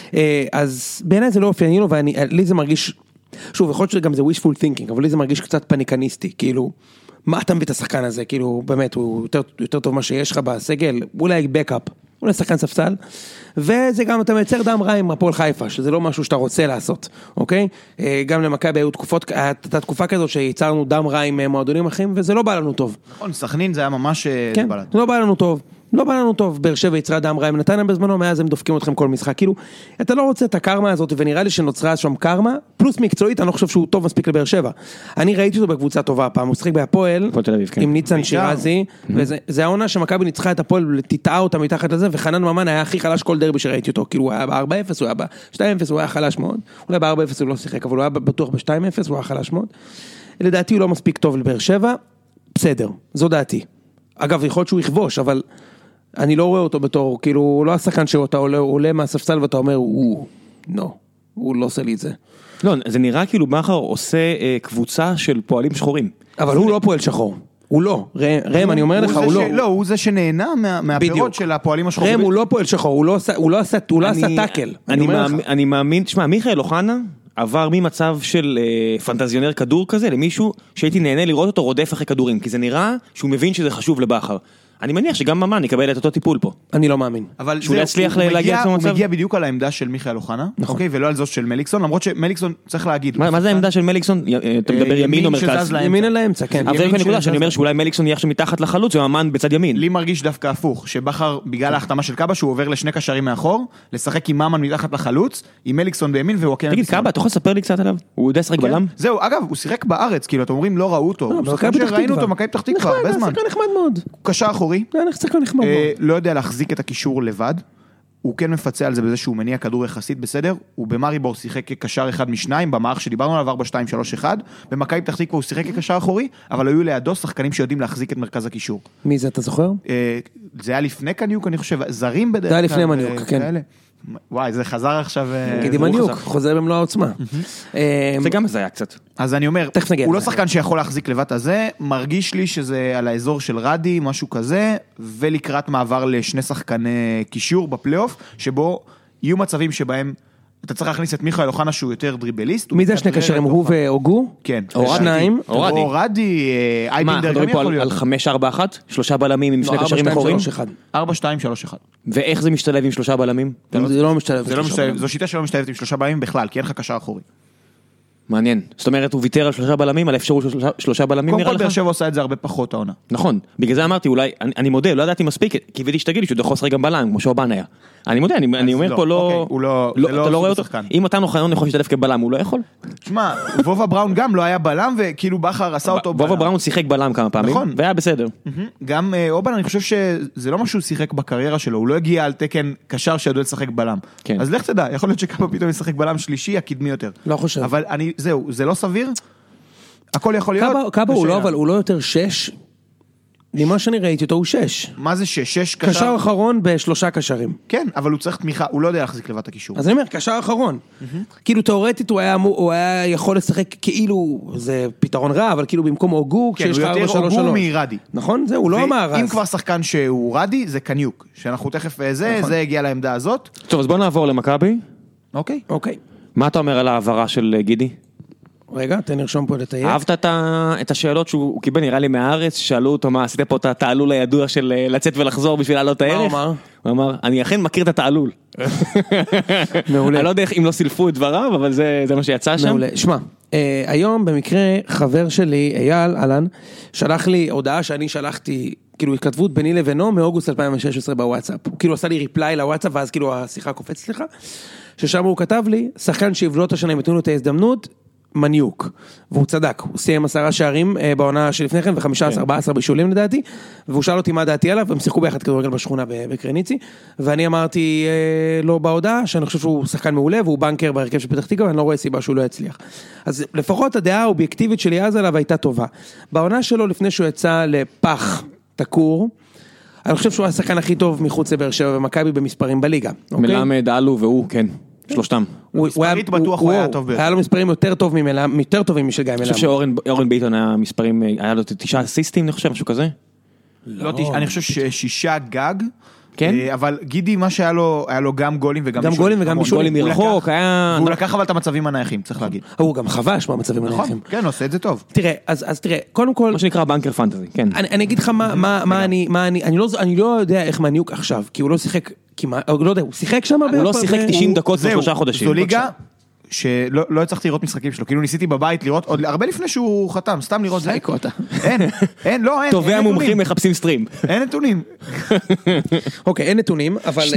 אז בעיניי זה לא אופייני לו, ולי זה מרגיש, שוב, יכול להיות שגם זה wishful thinking, אבל לי זה מרגיש קצת פניקניסטי, כאילו, מה אתה מביא את השחקן הזה? כאילו, באמת, הוא יותר טוב מה שיש לך בסגל, אולי בקאפ. אולי שחקן ספסל, וזה גם אתה מייצר דם רע עם הפועל חיפה, שזה לא משהו שאתה רוצה לעשות, אוקיי? גם למכבי היו תקופות, הייתה תקופה כזאת שייצרנו דם רע עם מועדונים אחרים, וזה לא בא לנו טוב. נכון, סכנין זה היה ממש... כן, לא בא לנו טוב. לא בא לנו טוב, באר שבע יצרה דם רע עם נתניה בזמנו, מאז הם דופקים אתכם כל משחק, כאילו, אתה לא רוצה את הקרמה הזאת, ונראה לי שנוצרה שם קרמה, פלוס מקצועית, אני לא חושב שהוא טוב מספיק לבאר שבע. אני ראיתי אותו בקבוצה טובה הפעם, הוא שחק בהפועל, עם ניצן שירזי, וזה העונה שמכבי ניצחה את הפועל, תטעה אותה מתחת לזה, וחנן ממן היה הכי חלש כל דרבי שראיתי אותו, כאילו, הוא היה ב-4-0, הוא היה ב-2-0, הוא היה חלש מאוד, אולי ב-4-0 הוא לא שיחק, אבל הוא היה בטוח ב-2-0, הוא היה חלש מאוד. לדעתי הוא לא מספיק טוב לבאר שבע, בסדר, זו דעתי. אגב, יכול להיות שהוא יכבוש, אבל אני לא רואה אותו בתור, כאילו, הוא לא השחקן שאתה עולה מהספסל ואתה אומר, הוא לא עושה לי את זה. לא, זה נראה כאילו בכר עושה קבוצה של פועלים שחורים. אבל הוא לא פועל שחור. הוא לא. רם, אני אומר לך, הוא לא. לא, הוא זה שנהנה מהפירות של הפועלים השחורים. רם, הוא לא פועל שחור, הוא לא עשה טאקל. אני מאמין, תשמע, מיכאל אוחנה עבר ממצב של פנטזיונר כדור כזה, למישהו שהייתי נהנה לראות אותו רודף אחרי כדורים, כי זה נראה שהוא מבין שזה חשוב לבכר. אני מניח שגם ממן יקבל את אותו טיפול פה. אני לא מאמין. אבל שהוא לא יצליח להגיע למצב. הוא מגיע בדיוק על העמדה של מיכאל אוחנה, אוקיי, ולא על זו של מליקסון, למרות שמליקסון צריך להגיד. מה זה העמדה של מליקסון? אתה מדבר ימין או מרכז? ימין על האמצע, כן. אבל זה נקודה שאני אומר שאולי מליקסון יהיה עכשיו מתחת לחלוץ וממן בצד ימין. לי מרגיש דווקא הפוך, שבכר בגלל ההחתמה של קאבה שהוא עובר לשני קשרים מאחור, לשחק עם ממן מתחת לחלוץ, עם מליקסון בימין ווואקמה. תגיד קאבה, אתה יכול לספר לי קצת עליו? הוא יודע לשחק בלם? זהו, אגב, הוא שיחק בארץ, כאילו אתם אומרים לא ראו אותו. ראינו אותו מכבי פתח תקווה הרבה זמן. נחמד מאוד. קשר אחורי. לא יודע להחזיק את הקישור לבד, הוא כן מפצה על זה בזה שהוא מניע כדור יחסית בסדר, הוא במאריבור שיחק כקשר אחד משניים, במערך שדיברנו עליו 4-2-3-1, במכבי פתח תקווה הוא שיחק כקשר אחורי, אבל היו לידו שחקנים שיודעים להחזיק את מרכז הקישור. מי זה, אתה זוכר? זה היה לפני קניוק, אני חושב, זרים בדרך כלל. זה היה לפני מניוק, כן. וואי, זה חזר עכשיו... גידי מניוק, חוזר במלוא העוצמה. זה גם זה היה קצת. אז אני אומר, הוא לא שחקן שיכול להחזיק לבד הזה, מרגיש לי שזה על האזור של רדי, משהו כזה, ולקראת מעבר לשני שחקני קישור בפלייאוף, שבו יהיו מצבים שבהם אתה צריך להכניס את מיכאל אוחנה שהוא יותר דריבליסט. מי זה שני קשרים, הוא ואוגו? כן. שניים. או רדי, אייבינדר גם יכול להיות. על 5-4-1? שלושה בלמים עם שני קשרים אחורים? 4-2-3-1. ואיך זה משתלב עם שלושה בלמים? זה לא משתלב. זו שיטה שלא משתלבת עם שלושה בלמים בכלל, כי אין לך קשר אחורי. מעניין. זאת אומרת, הוא ויתר על שלושה בלמים, על אפשרות שלושה בלמים נראה לך? קודם כל באר שבע עושה את זה הרבה פחות העונה. נכון. בגלל זה אמרתי, אולי, אני מודה, לא ידעתי מספיק, קיוויתי שתגיד לי שהוא יכול לשחק גם בלם, כמו שאובן היה. אני מודה, אני אומר פה לא... אתה לא רואה אותו? אם אתה נוחיון יכול להשתלב כבלם, הוא לא יכול? תשמע, וובה בראון גם לא היה בלם, וכאילו בכר עשה אותו בלם. וובה בראון שיחק בלם כמה פעמים, והיה בסדר. גם אובן, אני חושב שזה לא משהו שיחק בקריירה שלו, הוא לא הגיע על תקן קשר שידוע לשחק בלם. אז לך תדע, יכול להיות שכמה פתאום ישחק בלם שלישי, הקדמי יותר. לא חושב. אבל זהו, זה לא סביר. הכל יכול להיות. קאבה הוא לא, אבל הוא לא יותר 6. ממה שאני ראיתי אותו הוא 6. מה זה 6? 6 קשר אחרון בשלושה קשרים. כן, אבל הוא צריך תמיכה, הוא לא יודע להחזיק לבד הקישור. אז אני אומר, קשר אחרון. כאילו תיאורטית הוא היה יכול לשחק כאילו, זה פתרון רע, אבל כאילו במקום אוגו, כן, הוא יותר אוגו מרדי. נכון? זה, הוא לא אמר. אם כבר שחקן שהוא רדי, זה קניוק. שאנחנו תכף זה הגיע לעמדה הזאת. טוב, אז בוא נעבור למכבי. אוקיי. מה אתה אומר על העברה של גידי? רגע, תן נרשום פה לתייק. אהבת את השאלות שהוא קיבל, נראה לי מהארץ, שאלו אותו מה, עשית פה את התעלול הידוע של לצאת ולחזור בשביל לעלות את הערך? מה הוא אמר? הוא אמר, אני אכן מכיר את התעלול. מעולה. אני לא יודע אם לא סילפו את דבריו, אבל זה מה שיצא שם. מעולה. שמע, היום במקרה חבר שלי, אייל, אלן, שלח לי הודעה שאני שלחתי, כאילו התכתבות ביני לבינו מאוגוסט 2016 בוואטסאפ. הוא כאילו עשה לי ריפליי לוואטסאפ, ואז כאילו השיחה קופצת לך, ששם הוא כתב לי, שחקן שיבלוט השנה, מתנו לו את ההזדמנות, מניוק, והוא צדק, הוא סיים 10 שערים בעונה שלפני כן, ו15-14 בישולים לדעתי, והוא שאל אותי מה דעתי עליו, והם שיחקו ביחד כדורגל בשכונה בקרניצי, ואני אמרתי לו בהודעה, שאני חושב שהוא שחקן מעולה, והוא בנקר בהרכב של פתח תקווה, ואני לא רואה סיבה שהוא לא יצליח. אז לפחות הדעה האובייקטיבית שלי אז עליו הייתה טובה. בעונה שלו, לפני שהוא יצא לפח תקור, אני חושב שהוא השחקן הכי טוב מחוץ לבאר שבע ומכבי במספרים בליגה. מלמד, אלו והוא, כן. שלושתם. מספרית בטוח הוא היה טוב ביותר. היה לו מספרים יותר טובים משל גיא מלמד. אני חושב שאורן ביטון היה מספרים, היה לו 9 אסיסטים, אני חושב, משהו כזה. לא, אני חושב 6 גג, אבל גידי, מה שהיה לו, היה לו גם גולים וגם בישולים. גם גולים וגם בישולים. גולים מרחוק, היה... והוא לקח אבל את המצבים הנייחים, צריך להגיד. הוא גם חבש במצבים הנייחים. כן, עושה את זה טוב. תראה, אז תראה, קודם כל... מה שנקרא בנקר פנטזי, כן. אני אגיד לך אני לא יודע איך מניוק עכשיו, כי הוא לא שיחק כמעט, לא יודע, הוא שיחק שם? הוא לא שיחק 90 דקות ב3 חודשים. זו ליגה שלא הצלחתי לראות משחקים שלו, כאילו ניסיתי בבית לראות, עוד הרבה לפני שהוא חתם, סתם לראות זה. אין. טובי המומחים מחפשים סטרים. אין נתונים. אוקיי, אין נתונים,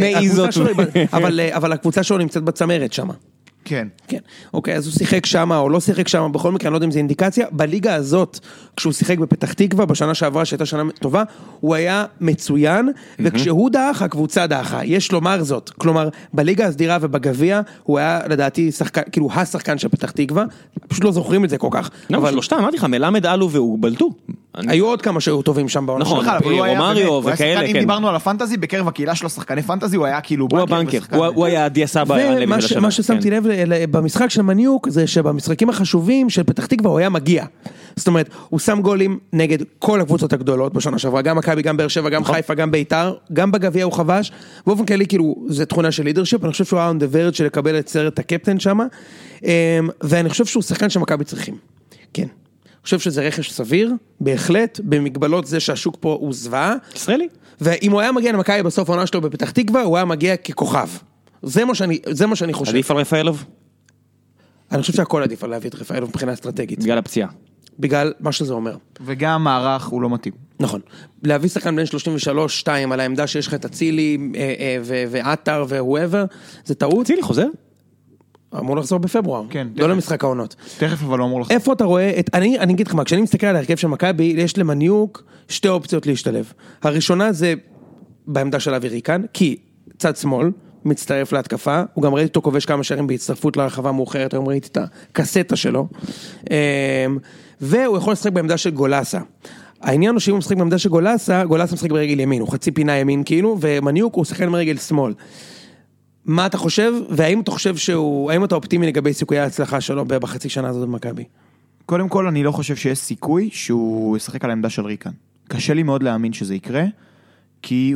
אבל הקבוצה שלו נמצאת בצמרת שם. כן. כן. אוקיי, אז הוא שיחק שם או לא שיחק שם, בכל מקרה, אני לא יודע אם זה אינדיקציה. בליגה הזאת, כשהוא שיחק בפתח תקווה, בשנה שעברה, שהייתה שנה טובה, הוא היה מצוין, וכשהוא דאח, הקבוצה דאחה. יש לומר זאת. כלומר, בליגה הסדירה ובגביע, הוא היה, לדעתי, שחקן, כאילו, השחקן של פתח תקווה, פשוט לא זוכרים את זה כל כך. אבל שלושתם, אמרתי לך, מלמד, אלו והוא בלטו. היו עוד כמה שהיו טובים שם בעונה. נכון, רומריו וכאלה, אם דיברנו על הפנטזי, בקרב הקהילה של השחקני פנטזי, הוא היה כאילו בנקר. הוא היה דיה סבא. ומה ששמתי לב במשחק של מניוק, זה שבמשחקים החשובים של פתח תקווה הוא היה מגיע. זאת אומרת, הוא שם גולים נגד כל הקבוצות הגדולות בשנה שעברה, גם מכבי, גם באר שבע, גם חיפה, גם ביתר, גם בגביע הוא חבש. באופן כללי, כאילו, זה תכונה של לידרשיפ, אני חושב שהוא היה on the verge של לקבל את סרט הקפטן שם, ואני חושב שהוא שחקן שמכבי צריכים. כן. אני חושב שזה רכש סביר, בהחלט, במגבלות זה שהשוק פה הוא זוועה. ישראלי. ואם הוא היה מגיע למכבי בסוף העונה שלו בפתח תקווה, הוא היה מגיע ככוכב. זה מה שאני חושב. עדיף על רפאלוב? אני חושב שהכל עדיף על להביא את רפאלוב מבחינה אסטרטגית. בגלל הפציעה. בגלל מה שזה אומר. וגם מערך הוא לא מתאים. נכון. להביא שחקן בין 33-2 על העמדה שיש לך את הצילי ועטר והואבר, זה טעות. צילי חוזר? אמור לחזור בפברואר. כן. לא למשחק העונות. תכף אבל לא אמור לחזור. איפה אתה רואה אני אגיד לך מה, כשאני מסתכל על ההרכב של מכבי, יש למניוק 2 אופציות להשתלב. הראשונה זה בעמדה של אבי ריקן, כי צד שמאל, מצטרף להתקפה, הוא גם ראיתי אותו כובש כמה שערים בהצטרפות לרחבה מאוחרת, היום ראיתי את הקסטה שלו, והוא יכול לשחק בעמדה של גולסה. העניין הוא שאם הוא משחק בעמדה של גולסה, גולסה משחק ברגל ימין, הוא חצי פינה ימין כאילו, ומניוק הוא שחקן ברגל שמאל. מה אתה חושב, והאם אתה חושב האם אתה אופטימי לגבי סיכויי ההצלחה שלו בחצי שנה הזאת במכבי? קודם כל, אני לא חושב שיש סיכוי שהוא ישחק על העמדה של ריקן. קשה לי מאוד להאמין שזה יקרה, כי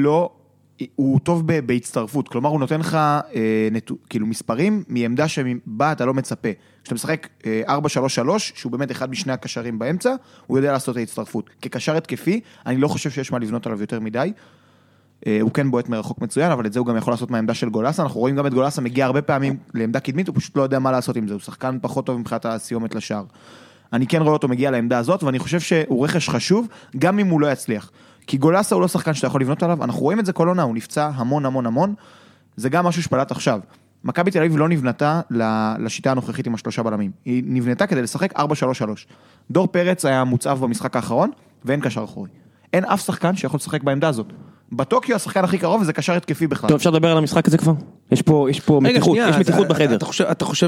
הוא טוב בהצטרפות, כלומר הוא נותן לך כאילו מספרים מעמדה שבה אתה לא מצפה. כשאתה משחק 4-3-3, שהוא באמת אחד משני הקשרים באמצע, הוא יודע לעשות את ההצטרפות. כקשר התקפי, אני לא חושב שיש מה לבנות עליו יותר מדי. הוא כן בועט מרחוק מצוין, אבל את זה הוא גם יכול לעשות מהעמדה של גולסה. אנחנו רואים גם את גולסה מגיע הרבה פעמים לעמדה קדמית, הוא פשוט לא יודע מה לעשות עם זה, הוא שחקן פחות טוב מבחינת הסיומת לשער. אני כן רואה אותו מגיע לעמדה הזאת, ואני חושב שהוא רכש חשוב, גם אם הוא לא יצליח. כי גולסה הוא לא שחקן שאתה יכול לבנות עליו, אנחנו רואים את זה כל עונה, הוא נפצע המון, זה גם משהו שפלט עכשיו. מכבי תל אביב לא נבנתה לשיטה הנוכחית עם 3 בלמים, היא נבנתה כדי לשחק 4-3-3. דור פרץ היה מוצב במשחק האחרון, ואין קשר אחורי. אין אף שחקן שיכול לשחק בעמדה הזאת. בטוקיו השחקן הכי קרוב, וזה קשר התקפי בכלל. טוב, אפשר לדבר על המשחק הזה כבר? יש פה מתיחות, יש מתיחות בחדר. אתה חושב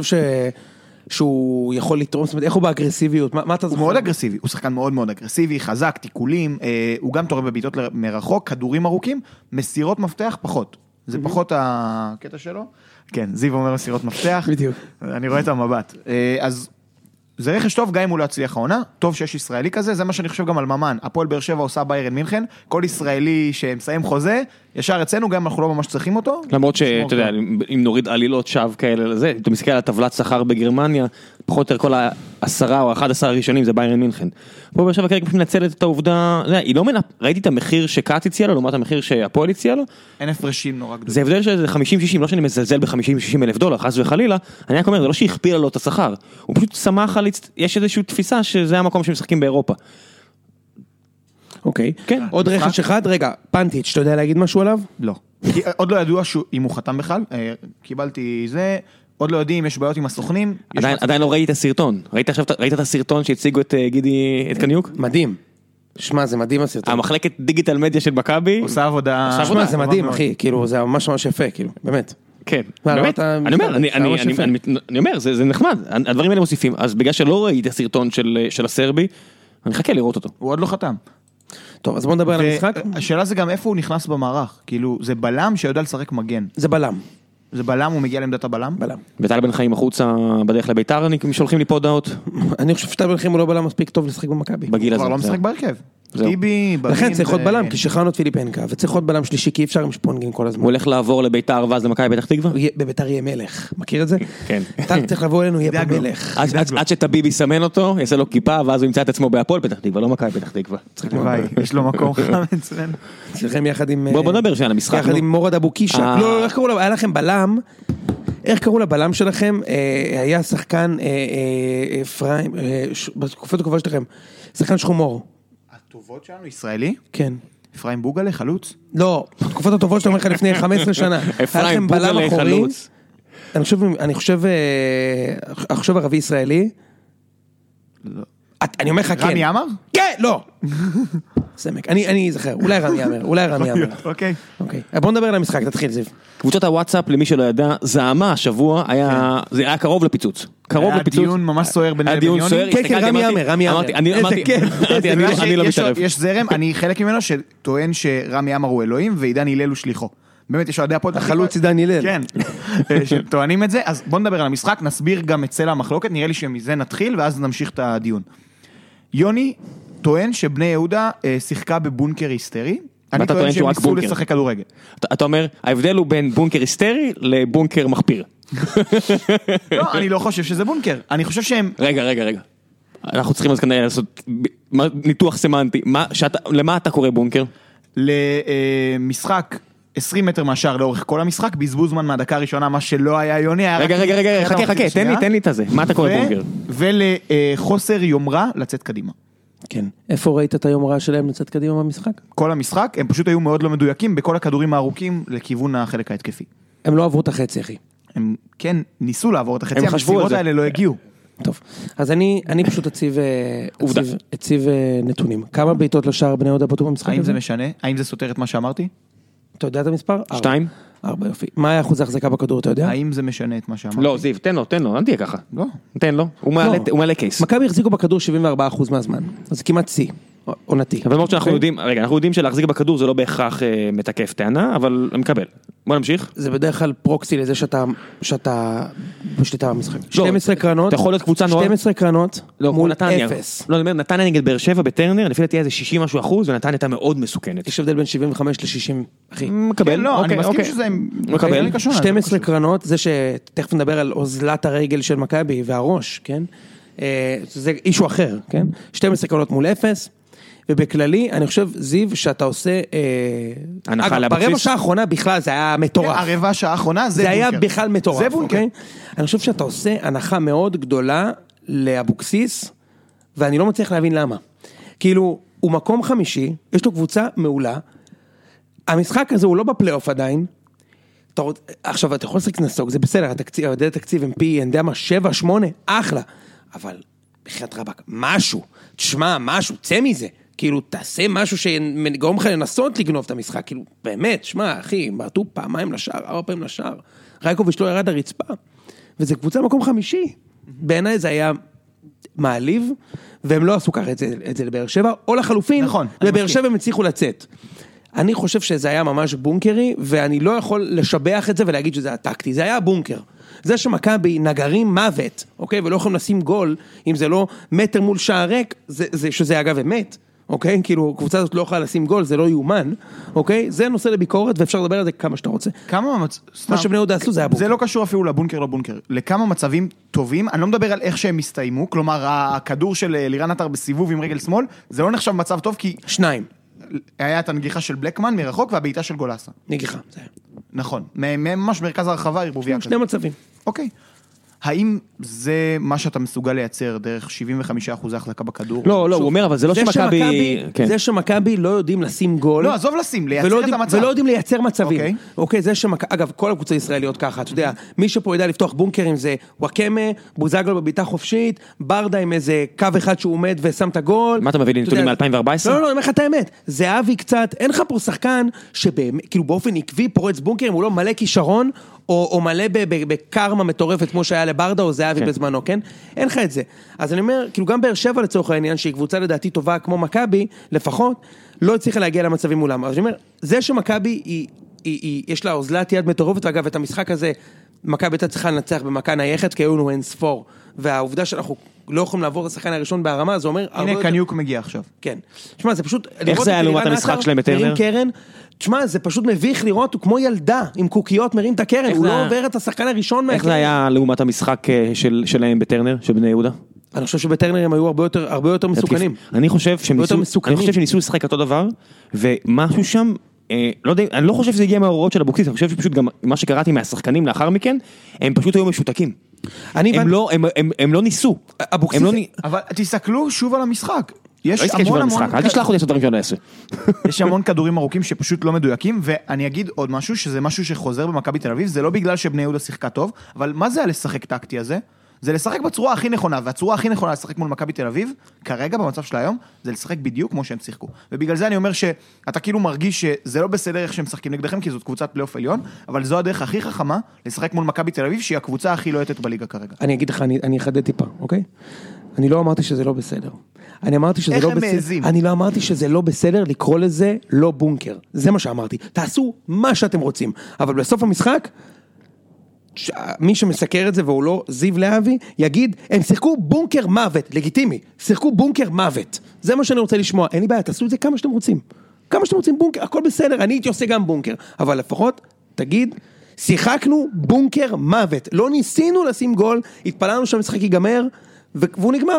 שהוא יכול לתרום, זאת אומרת, איך הוא באגרסיביות? מה אתה זוכר? הוא מאוד אגרסיבי, הוא שחקן מאוד מאוד אגרסיבי, חזק, תיקולים, הוא גם תורם בביטות מרחוק, כדורים ארוכים, מסירות מפתח פחות. זה פחות הקטע שלו. כן, זיו אומר מסירות מפתח. בדיוק. אני רואה את המבט. אז זה רכש טוב, גם אם הוא לא יצליח העונה, טוב שיש ישראלי כזה, זה מה שאני חושב גם על ממן. הפועל באר שבע עושה ביירן מינכן, כל ישראלי שמסיים חוזה, ישר אצלנו, גם אם אנחנו לא ממש צריכים אותו. למרות שאתה יודע, אם נוריד עלילות שווא כאלה לזה, אתה מסתכל על הטבלת שכר בגרמניה, פחות או יותר כל 10 או 11 הראשונים זה ביירן מינכן. פה באר שבע כרגע מנצלת את העובדה, היא לא ראיתי את המחיר שקאט הציע לו, לעומת המחיר שהפועל הציע לו. אין הפרשים נורא גדולים. זה הבדל שזה 50-60, לא שאני מזלזל ב-50-60 אלף דולר, חס וחלילה, אני רק אומר, זה לא שהכפילה לו את השכר, הוא פשוט שמח על, יש איזושהי תפיסה שזה המקום שמשחקים באירופה. אוקיי. כן. עוד רכש אחד, רגע, פנטיץ', אתה יודע להגיד משהו עליו? לא. עוד לא ידוע אם הוא חתם בכלל, קיבלתי זה, עוד לא יודעים אם יש בעיות עם הסוכנים. עדיין לא ראית הסרטון, ראית את הסרטון שהציגו את גידי, את קניוק? מדהים. שמע, זה מדהים הסרטון. המחלקת דיגיטל מדיה של מכבי עושה עבודה. שמע, זה מדהים, אחי, כאילו, זה ממש ממש יפה, כאילו, באמת. כן, באמת, אני אומר, זה נחמד, הדברים האלה מוסיפים, אז בגלל שלא ראיתי הסרטון של הסרבי, אני חכה לראות אותו. הוא עוד לא חתם. טוב, אז בוא נדבר על המשחק. השאלה זה גם איפה הוא נכנס במערך, כאילו, זה בלם שיודע לשחק מגן. זה בלם. זה בלם, הוא מגיע לעמדת הבלם? בלם. וטל בן חיים החוצה בדרך לביתר, שולחים לי פה הודעות. אני חושב שטל בן חיים הוא לא בלם מספיק טוב לשחק במכבי. בגיל הזה. כבר לא משחק בהרכב. טיבי, לכן צריך עוד בלם, כי שחררנו את פיליפנקה, וצריך עוד בלם שלישי, כי אי אפשר עם שפונגין כל הזמן. הוא הולך לעבור לביתר ואז למכבי פתח תקווה? בביתר יהיה מלך, מכיר את זה? כן. טל צריך לבוא אלינו, יהיה פה מלך. עד שטביב יסמן אותו, יעשה לו כיפה, ואז הוא ימצא את עצמו בהפועל פתח תקווה, לא מכבי פתח תקווה. יש לו מקום חם אצלנו. צריכים יחד עם... בוא נדבר שנייה על המשחק. יחד עם מורד אבו קישה. לא, איך קראו לה? היה לכם בלם? איך קראו לבלם שלכם? היה שחקן אפרים, בתקופת הכובע שלכם, שחקן שחומור. הטובות שלנו, ישראלי? כן. אפרים בוגלה, חלוץ? לא, בתקופת הטובות שלנו לך לפני 15 שנה. אפרים בוגלה, חלוץ. אני חושב ערבי ישראלי. לא. אני אומר לך כן. רמי אמר? כן, לא. סמק, אני אזכר, אולי רמי אמר. אוקיי. בוא נדבר על המשחק, תתחיל זיו. קבוצת הוואטסאפ, למי שלא ידע, זעמה השבוע, זה היה קרוב לפיצוץ. היה דיון ממש סוער בין מיליונים. כן, רמי אמר. אני לא מתערב. יש זרם, אני חלק ממנו שטוען שרמי אמר הוא אלוהים, ועידן הלל הוא שליחו. באמת, יש עדי הפוד. החלוץ עידן הלל. כן, שטוענים את זה, אז בוא נדבר על המשחק, נסביר גם את צלע המחלוקת, נראה לי שמזה נתחיל, ואז נמשיך את הדיון. יוני טוען שבני יהודה שיחקה בבונקר היסטרי, אני טוען שהם ניסו לשחק כדורגל. אתה אומר, ההבדל הוא בין בונקר היסטרי לבונקר מחפיר. לא, אני לא חושב שזה בונקר, אני חושב שהם... רגע. אנחנו צריכים אז כנראה לעשות ניתוח סמנטי. למה אתה קורא בונקר? למשחק 20 מטר מהשאר לאורך כל המשחק, בזבוז זמן מהדקה הראשונה, מה שלא היה יוני. רגע, חכה, תן לי את זה. מה אתה קורא בונקר? ולחוסר יומרה לצאת קדימה. כן. איפה ראית את היומרה שלהם לצאת קדימה במשחק? כל המשחק, הם פשוט היו מאוד לא מדויקים בכל הכדורים הארוכים לכיוון החלק ההתקפי. הם לא עברו את החצי, אחי. הם כן ניסו לעבור את החצי, המסירות האלה לא הגיעו. טוב, אז אני פשוט אציב נתונים. כמה בעיטות לשער בני יהודה בטוח במשחק הזה? האם זה משנה? האם זה סותר את מה שאמרתי? אתה יודע את המספר? 2. 4, יופי. מה היה אחוז ההחזקה בכדור, אתה יודע? האם זה משנה את מה שאמרתי? לא, זיו, תן לו, אל תהיה ככה. לא. תן לו, הוא מעלה קייס. מכבי החזיקו בכדור 74% מהזמן, אז כמעט C, עונתי. אבל למרות שאנחנו יודעים שלהחזיק בכדור זה לא בהכרח מתקף טענה, אבל אני מקבל. בוא נמשיך. זה בדרך כלל פרוקסי לזה שאתה בשליטה במשחק. 12 קרנות. אתה יכול להיות קבוצה נורא... 12 קרנות מול 0. לא, אני אומר, נתניה נגד באר שבע בטרנר, לפי דעתי איזה 60% ונתניה הייתה מאוד מסוכנת. יש הבדל בין 75 ל-60, אחי. מקבל. לא, אני מסכים שזה... מקבל. 12 קרנות, זה שתכף נדבר על אוזלת הרגל של מכבי והראש, כן? זה אישו אחר, כן? 12 קרנות מול 0. ובכללי, אני חושב, זיו, שאתה עושה... ברבע שעה האחרונה בכלל זה היה מטורף. הרבע שעה האחרונה זה היה בכלל מטורף. זה בונקר. אני חושב שאתה עושה הנחה מאוד גדולה לאבוקסיס, ואני לא מצליח להבין למה. כאילו, הוא מקום חמישי, יש לו קבוצה מעולה, המשחק הזה הוא לא בפלייאוף עדיין, עכשיו, אתה יכול לשחק נסוג, זה בסדר, התקציב MP, אני יודע מה, 7-8, אחלה, אבל בחיית רבק, משהו, תשמע, משהו, צא מזה. כאילו, תעשה משהו שגורם לך לנסות לגנוב את המשחק, כאילו, באמת, שמע, אחי, בעטו פעמיים לשער, 4 פעמים לשער, רייקוביץ' לא ירד הרצפה, וזה קבוצה מקום חמישי, בעיניי זה היה מעליב, והם לא עשו ככה את זה לבאר שבע, או לחלופין, נכון, לבאר שבע הם הצליחו לצאת. אני חושב שזה היה ממש בונקרי, ואני לא יכול לשבח את זה ולהגיד שזה היה טקטי, זה היה בונקר. זה שמכבי נגרים מוות, אוקיי? ולא יכולים לשים גול, אם זה לא מטר מול שער ריק, שזה אגב אמת, אוקיי? כאילו, קבוצה הזאת לא יכולה לשים גול, זה לא יאומן, אוקיי? זה נושא לביקורת, ואפשר לדבר על זה כמה שאתה רוצה. מה שבני יהודה עשו זה היה בונקר. זה לא קשור אפילו לבונקר, לא בונקר. לכמה מצבים טובים, אני לא מדבר על איך שהם הסתיימו, כלומר, הכדור של לירן עטר בסיבוב עם רגל שמאל, זה לא נחשב מצב טוב, כי... 2. היה את הנגיחה של בלקמן מרחוק, והבעיטה של גולסה. נגיחה, זה היה. נכון. ממש מרכז הרחבה, ערבוביה כזה. 2 מצבים. אוקיי. האם זה מה שאתה מסוגל לייצר דרך 75% החזקה בכדור? לא, הוא אומר, אבל זה לא שמכבי... זה שמכבי לא יודעים לשים גול. לא, עזוב לשים, לייצר את המצב. ולא יודעים לייצר מצבים. אוקיי, זה שמכבי... אגב, כל הקבוצות הישראליות ככה, אתה יודע, מי שפה ידע לפתוח בונקרים זה וואקמה, בוזגלו בביתה חופשית, ברדה עם איזה קו אחד שהוא עומד ושם את הגול. מה אתה מביא לי נתונים מ-2014? לא, אני אומר לך את האמת. זה אבי קצת, אין לך פה שחקן שכאילו באופן עקבי פורץ בונקרים, הוא לא מלא כישרון, או מלא בקרמה מטורפת כמו שהיה לברדה או זהבי בזמנו, כן? אין לך את זה. אז אני אומר, כאילו גם באר שבע לצורך העניין, שהיא קבוצה לדעתי טובה כמו מכבי, לפחות, לא הצליחה להגיע למצבים מולם. אז אני אומר, זה שמכבי יש לה אוזלת יד מטורפת, ואגב, את המשחק הזה, מכבי הייתה צריכה לנצח במכה נייחת, כי היו לנו אין ספור. והעובדה שאנחנו לא יכולים לעבור לשחקן הראשון בהרמה, זה אומר... הנה קניוק מגיע עכשיו. כן. תשמע, זה פשוט... איך זה היה לעומת המשחק שלהם בטרנר? תשמע, זה פשוט מביך לראות, הוא כמו ילדה, עם קוקיות מרים את הקרן, הוא לא עובר את השחקן הראשון מהקרן. איך זה היה לעומת המשחק שלהם בטרנר, של בני יהודה? אני חושב שבטרנר הם היו הרבה יותר מסוכנים. אני חושב שניסו לשחק אותו דבר, ומשהו שם, לא יודע, אני לא חושב שזה הגיע מההוראות של אבוקסיס, אני חושב שפשוט גם מה שקראתי מהשחקנים לאחר מכן, הם פשוט היו משותקים. הם לא ניסו. אבל תסתכלו שוב על המשחק. לא הסתכל שוב על המשחק, אל תשלח אותי לעשות דברים שאני לא אעשה. יש המון כדורים ארוכים שפשוט לא מדויקים, ואני אגיד עוד משהו, שזה משהו שחוזר במכבי תל אביב, זה לא בגלל שבני יהודה שיחקה טוב, אבל מה זה לשחק טקטי הזה? זה לשחק בצורה הכי נכונה, והצורה הכי נכונה לשחק מול מכבי תל אביב, כרגע במצב של היום, זה לשחק בדיוק כמו שהם שיחקו. ובגלל זה אני אומר שאתה כאילו מרגיש שזה לא בסדר איך שהם משחקים נגדכם, כי זאת קבוצת פלייאוף עליון, אבל זו הדרך הכי חכמה לשחק מול מכבי תל אביב, שהיא הקבוצה הכי לוהטת בליגה כרגע. אני אגיד לך, אני אחדד טיפה, אוקיי? אני לא אמרתי שזה לא בסדר. אני אמרתי שזה לא בסדר. אני לא אמרתי שזה לא בסדר לקרוא לזה לא בונקר. זה מה שאמרתי. תעשו מה שאתם רוצים. אבל בסוף המשחק, מי שמסקר את זה והוא לא זיו להבי, יגיד, הם שיחקו בונקר מוות, לגיטימי. שיחקו בונקר מוות. זה מה שאני רוצה לשמוע. אין לי בעיה, תעשו את זה כמה שאתם רוצים. כמה שאתם רוצים בונקר, הכל בסדר. אני הייתי עושה גם בונקר. אבל לפחות, תגיד, שיחקנו בונקר מוות. לא ניסינו לשים גול, התפללנו שהמשחק ייגמר, והוא נגמר.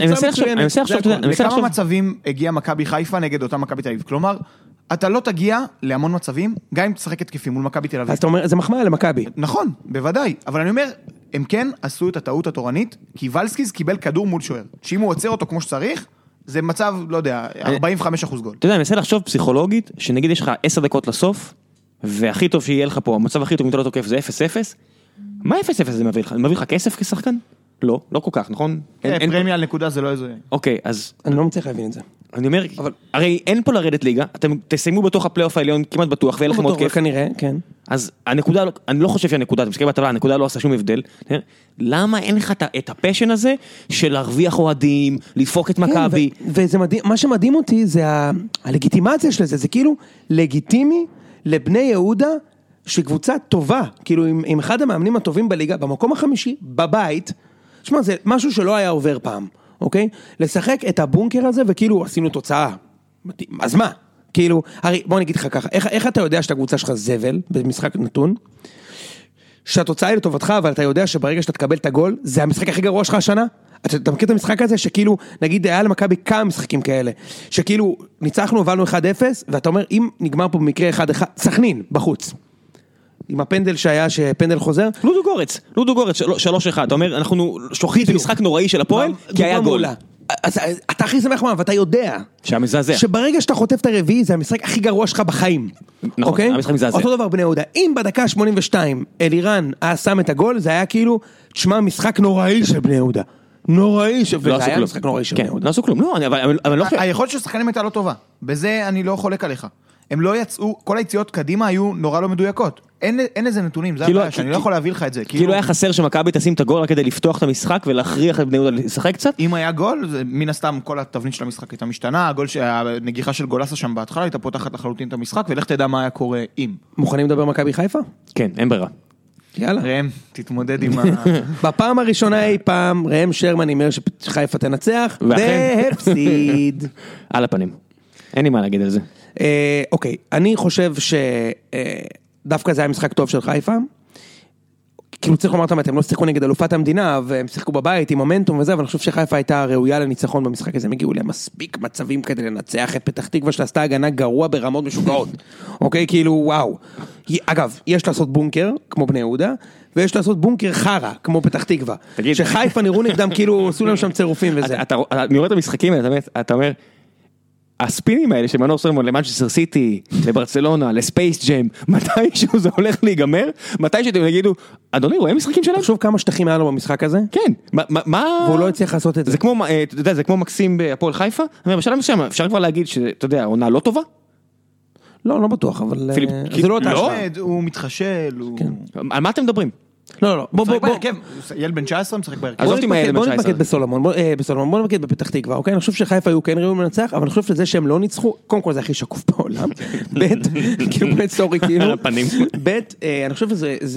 לכמה מצבים הגיע מכבי חיפה נגד אותה מכבי תל אביב? כלומר, אתה לא תגיע להמון מצבים, גם אם תשחק התקפים מול מכבי תל אביב. אז אתה אומר, זה מחמאה למכבי. נכון, בוודאי. אבל אני אומר, הם כן עשו את הטעות התורנית, כי ולסקיז קיבל כדור מול שוער. שאם הוא עוצר אותו כמו שצריך, זה מצב, לא יודע, 45% גול. אתה יודע, אני מנסה לחשוב פסיכולוגית, שנגיד יש לך 10 דקות לסוף, והכי טוב שיהיה לך פה, המצב הכי טוב אם אתה לא תוקף זה 0-0, מה 0-0 זה מביא לך? מביא לך כסף כשחקן? לא, לא כל כך, נכון? פרמיה על נקודה זה לא איזה... אוקיי, אז... אני לא מצליח להבין את זה. אני אומר, הרי אין פה לרדת ליגה, אתם תסיימו בתוך הפלייאוף העליון כמעט בטוח, ואין לכם עוד כיף. כנראה, כן. אז הנקודה, אני לא חושב שהנקודה, אתה מסתכל בטבלה, הנקודה לא עושה שום הבדל. למה אין לך את הפשן הזה של להרוויח אוהדים, לדפוק את מכבי? וזה מדהים, מה שמדהים אותי זה הלגיטימציה של זה, זה כאילו לגיטימי לבני יהודה, שקבוצה טובה, כאילו עם אחד המאמנים הטובים בליגה, במקום החמישי, בבית, תשמע, זה משהו שלא היה עובר פעם, אוקיי? לשחק את הבונקר הזה, וכאילו עשינו תוצאה. אז מה? כאילו, הרי בוא נגיד לך ככה, איך אתה יודע שאתה קבוצה שלך זבל, במשחק נתון, שהתוצאה היא לטובתך, אבל אתה יודע שברגע שאתה תקבל את הגול, זה המשחק הכי גרוע שלך השנה? אתה מכיר את המשחק הזה, שכאילו, נגיד, היה למכבי כמה משחקים כאלה, שכאילו, ניצחנו, הבלנו 1-0, ואתה אומר, אם נגמר פה במקרה 1-1, סכנין, בחוץ. עם הפנדל שהיה, שפנדל חוזר. לודו גורץ, 3-1. אתה אומר, אנחנו שוכחים במשחק נוראי של הפועל, כי היה גול. אז אתה הכי שמח מה, ואתה יודע. שהמזעזע. שברגע שאתה חוטף את הרביעי, זה המשחק הכי גרוע שלך בחיים. נכון, המשחק מזעזע. אותו דבר בני יהודה. אם בדקה 82, אלירן היה שם את הגול, זה היה כאילו, תשמע, משחק נוראי של בני יהודה. נוראי, וזה היה משחק נוראי של בני יהודה. לא עשו כלום, לא, אבל לא... היכולת של שחקנים הייתה לא טובה. בזה אני לא חולק עליך. הם לא יצאו, כל היציאות קדימה היו נורא לא מדויקות. אין איזה נתונים, זה הבעיה, שאני לא יכול להביא לך את זה. כאילו היה חסר שמכבי תשים את הגול רק כדי לפתוח את המשחק ולהכריח את בני יהודה לשחק קצת? אם היה גול, מן הסתם כל התבנית של המשחק הייתה משתנה, הנגיחה של גולסה שם בהתחלה הייתה פותחת לחלוטין את המשחק, ולך תדע מה היה קורה אם. מוכנים לדבר מכבי חיפה? כן, אין ברירה. יאללה. ראם, תתמודד עם בפעם הראשונה אי פעם, ראם שרמן אומר שחיפה תנצח, והפסיד. על הפנים. אין לי מה להגיד על זה. אוקיי, אני חושב שדווקא זה היה משחק טוב של חיפה. כאילו צריך לומר, הם לא שיחקו נגד אלופת המדינה, והם שיחקו בבית עם מומנטום וזה, אבל אני חושב שחיפה הייתה ראויה לניצחון במשחק הזה, הם הגיעו להם מספיק מצבים כדי לנצח את פתח תקווה, שעשתה הגנה גרוע ברמות משוגעות. אוקיי, כאילו וואו. אגב, יש לעשות בונקר, כמו בני יהודה, ויש לעשות בונקר חרה, כמו פתח תקווה. שחיפה נראו נגדם, כאילו עשו להם שם צירופים וזה. אני רואה את המשחקים האלה, אתה אומר, הספינים האלה שמנור סולומון למנצ'סטר סיטי, לברצלונה, לספייס ג'ם, מתישהו זה הולך להיגמר, מתי שאתם יגידו, אדוני, רואה משחקים שלהם? תחשוב כמה שטחים היה לו במשחק הזה? כן. מה? והוא לא הצליח לעשות את זה. זה כמו, אתה יודע, זה כמו מקסים בהפועל חיפה, בשלב מסוים, אפשר כבר להגיד שאתה יודע, העונה לא טובה? לא בטוח, אבל זה לא אותה השוואה. הוא מתחשל, על מה אתם מדברים? לא, בוא, ילד בן 19 משחק בהרכב. בוא נתמקד בסולומון, בוא נתמקד בפתח תקווה, אוקיי? אני חושב שחיפה היו כן ראויים לנצח, אבל אני חושב שזה שהם לא ניצחו, קודם כל זה הכי שקוף בעולם, כאילו באמת סורי, כאילו, אני חושב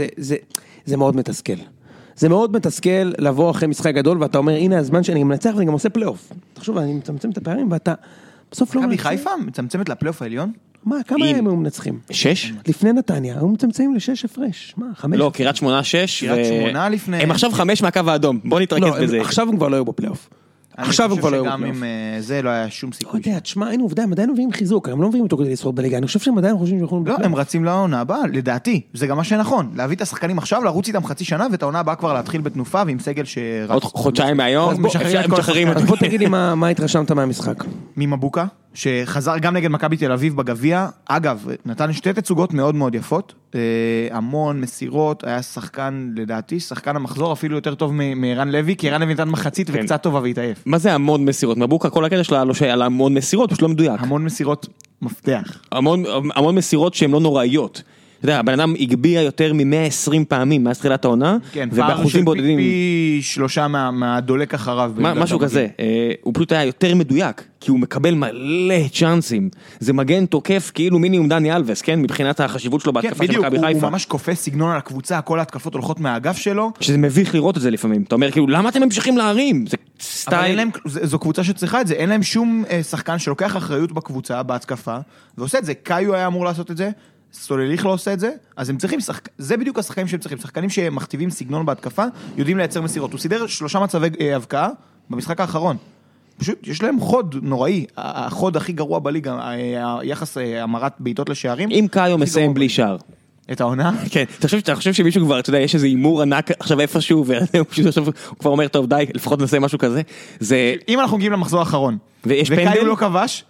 שזה מאוד מתסכל. זה מאוד מתסכל לבוא אחרי משחק גדול, ואתה אומר, הנה הזמן שאני מנצח ואני גם עושה פלייאוף. תחשוב, אני מצמצם את הפערים, ואתה בסוף לא מכבי חיפה מצמצמת לפלייאוף העליון? מה, כמה הם היו מנצחים? 6? לפני נתניה, היו מצמצמים ל6 הפרש. מה, 5? לא, קריית שמונה 6. קריית שמונה לפני... הם עכשיו 5 מהקו האדום, בוא נתרכז בזה. עכשיו הם כבר לא היו בפלייאוף. עכשיו הם כבר לא היו בפלייאוף. אני חושב שגם עם זה לא היה שום סיכוי. לא יודע, תשמע, היינו עובדה, הם עדיין מביאים חיזוק, הם לא מביאים אותו כדי לשרוד בליגה, אני חושב שהם עדיין חושבים שיכולים בפלייאוף. לא, הם רצים לעונה הבאה, לדעתי, זה גם מה שנכון, להביא את השחקנים עכשיו, לרוץ איתם חצי שנה, ואת העונה הבאה כבר להתחיל בתנופה, ועם סגל שרץ. עוד חודשיים מהיום, משחררים. אז בוא תגיד לי מה התרשמת מהמשחק. ממבוקה, שחזר גם נגד מכבי תל אביב בגביע, אגב, נתן שתי תצוגות מאוד מאוד יפות, המון מסירות, היה שחקן לדעתי, שחקן המחזור אפילו יותר טוב מערן לוי, כי ערן לוי נתן מחצית וקצת טובה והתעייף. מה זה המון מסירות? מבוקה, כל הקטע שלה לא שהיה המון מסירות, פשוט לא מדויק. המון מסירות מפתח. המון מסירות שהן לא נוראיות. אתה יודע, הבן אדם הגביע יותר מ-120 פעמים מאז תחילת העונה, ובאחוזים בודדים... פי 3 מהדולק אחריו. משהו כזה, הוא פשוט היה יותר מדויק, כי הוא מקבל מלא צ'אנסים. זה מגן תוקף כאילו מינימום דני אלווס, כן? מבחינת החשיבות שלו בהתקפה של מכבי חיפה. הוא ממש כופה סגנון על הקבוצה, כל ההתקפות הולכות מהאגף שלו. שזה מביך לראות את זה לפעמים. אתה אומר, כאילו, למה אתם ממשיכים להרים? זה סטייל... זו קבוצה שצריכה את זה, אין להם שום שחקן שלוקח אחריות בקבוצה, בהתקפה, ועושה את זה. קאיו היה אמור לעשות את זה. סולליך לא עושה את זה, אז הם צריכים, זה בדיוק השחקנים שהם צריכים, שחקנים שמכתיבים סגנון בהתקפה, יודעים לייצר מסירות, הוא סידר 3 מצבי הבקעה במשחק האחרון, פשוט יש להם חוד נוראי, החוד הכי גרוע בליגה, היחס המרת בעיטות לשערים. אם קאיו מסיים בלי שער. את העונה? כן, אתה חושב שמישהו כבר, אתה יודע, יש איזה אימור ענק עכשיו איפשהו, והוא פשוט עכשיו כבר אומר, טוב די, לפחות נעשה משהו כזה, זה... אם אנחנו מגיעים למחזור האחרון, וקאיו לא כבש,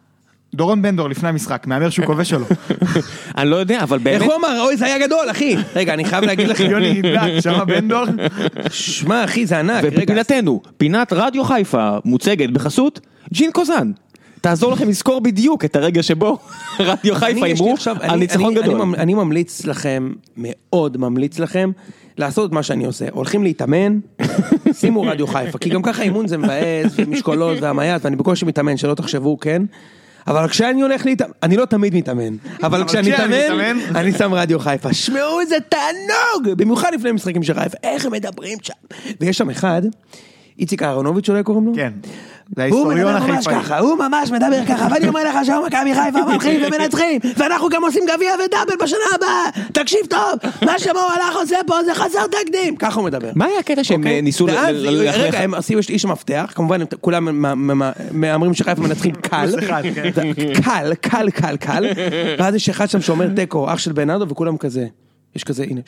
דורון בנדור לפני המשחק, מאמר שהוא כובש שלו. אני לא יודע, אבל באמת... איך הוא אמר? אוי, זה היה גדול, אחי. רגע, אני חייב להגיד לך. יוני נדלק, שמה בנדור. שמע, אחי, זה ענק. ובפינתנו, פינת רדיו חיפה מוצגת בחסות ג'ין קוזן. תעזור לכם לזכור בדיוק את הרגע שבו רדיו חיפה אמרו על ניצחון גדול. אני ממליץ לכם, מאוד ממליץ לכם, לעשות את מה שאני עושה. הולכים להתאמן, שימו רדיו חיפה, כי גם ככה אימון זה מבאס, ומשקולות והמייט, ואני בקושי מתאמן, שלא תחשבו, כן? אבל כשאני הולך להתאמן, אני לא תמיד מתאמן, אבל כשאני מתאמן, אני שם רדיו חיפה. שמעו איזה תענוג, במיוחד לפני משחקים של חיפה, איך הם מדברים שם. ויש שם אחד, איציק אהרונוביץ' אולי קוראים לו? כן. הוא מדבר ממש ככה, הוא ממש מדבר ככה, ואני אומר לך שהיום מכבי חיפה מלכים ומנצחים, ואנחנו גם עושים גביע ודאבל בשנה הבאה, תקשיב טוב, מה שבו הלך עושה פה זה חסר תקדים, ככה הוא מדבר. מה היה הקטע שהם ניסו רגע, הם עשו איש המפתח, כמובן כולם מאמרים שחיפה מנצחים קל, ואז יש אחד שם שאומר טקו, אח של בנאדו, וכולם כזה, יש כזה, הנה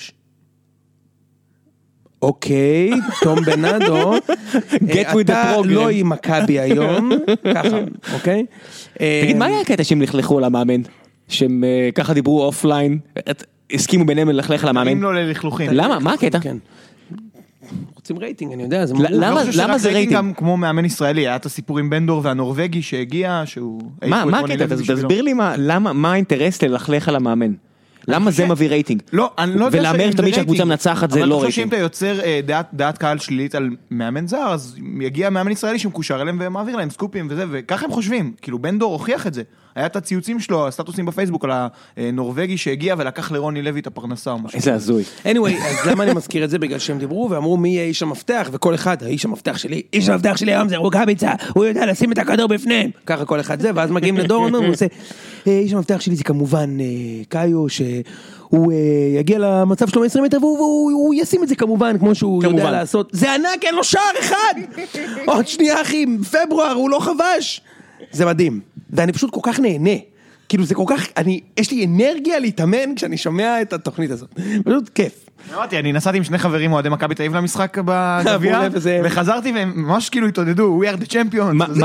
אוקיי, תום בנאדו, אתה לא עם מכבי היום, ככה, אוקיי? תגיד, מה היה הקטע שהם לכלכו על המאמן? שהם ככה דיברו אופליין, הסכימו ביניהם ללכלך על המאמן? אם לא ללכלוכים. למה? מה הקטע? רוצים רייטינג, אני יודע. למה זה רייטינג? גם כמו מאמן ישראלי, היה את הסיפור עם בנדור והנורווגי שהגיע, שהוא... מה הקטע? תסביר לי מה האינטרס ללכלך על המאמן? למה זה מביא רייטינג? לא, אני לא יודע ולאמר תמיד שהקבוצה מנצחת זה לא רייטינג. אבל אני חושב שאם אתה יוצר דעת קהל שלילית על מאמן זר, אז יגיע מאמן ישראלי שמקושר אליהם ומעביר להם סקופים וזה, וככה הם חושבים. כאילו בנדור הוכיח את זה. היה את הציוצים שלו, הסטטוסים בפייסבוק על הנורווגי שהגיע ולקח לרוני לוי את הפרנסה או משהו. איזה הזוי. anyway, אז למה אני מזכיר את זה? בגלל שהם דיברו ואמרו מי יהיה איש המפתח, וכל אחד, האיש המפתח שלי, איש המפתח שלי היום זה רוקאביצה, הוא יודע לשים את הכדור בפניהם. ככה כל אחד זה, ואז מגיעים לדורון, הוא עושה, איש המפתח שלי זה כמובן קאיו, שהוא יגיע למצב שלו מ-20 מטר, והוא ישים את זה כמובן, כמו שהוא יודע לעשות. זה ענק, אין לו שער אחד! עוד שנייה אחי, פברואר, הוא לא חבש. זה מדהים. ואני פשוט כל כך נהנה. כאילו זה כל כך, יש לי אנרגיה להתאמן כשאני שומע את התוכנית הזאת. פשוט כיף. אמרתי, אני נסעתי עם שני חברים אוהדי מכבי תל אביב למשחק בגביע, וחזרתי והם ממש כאילו התעודדו, we are the champions.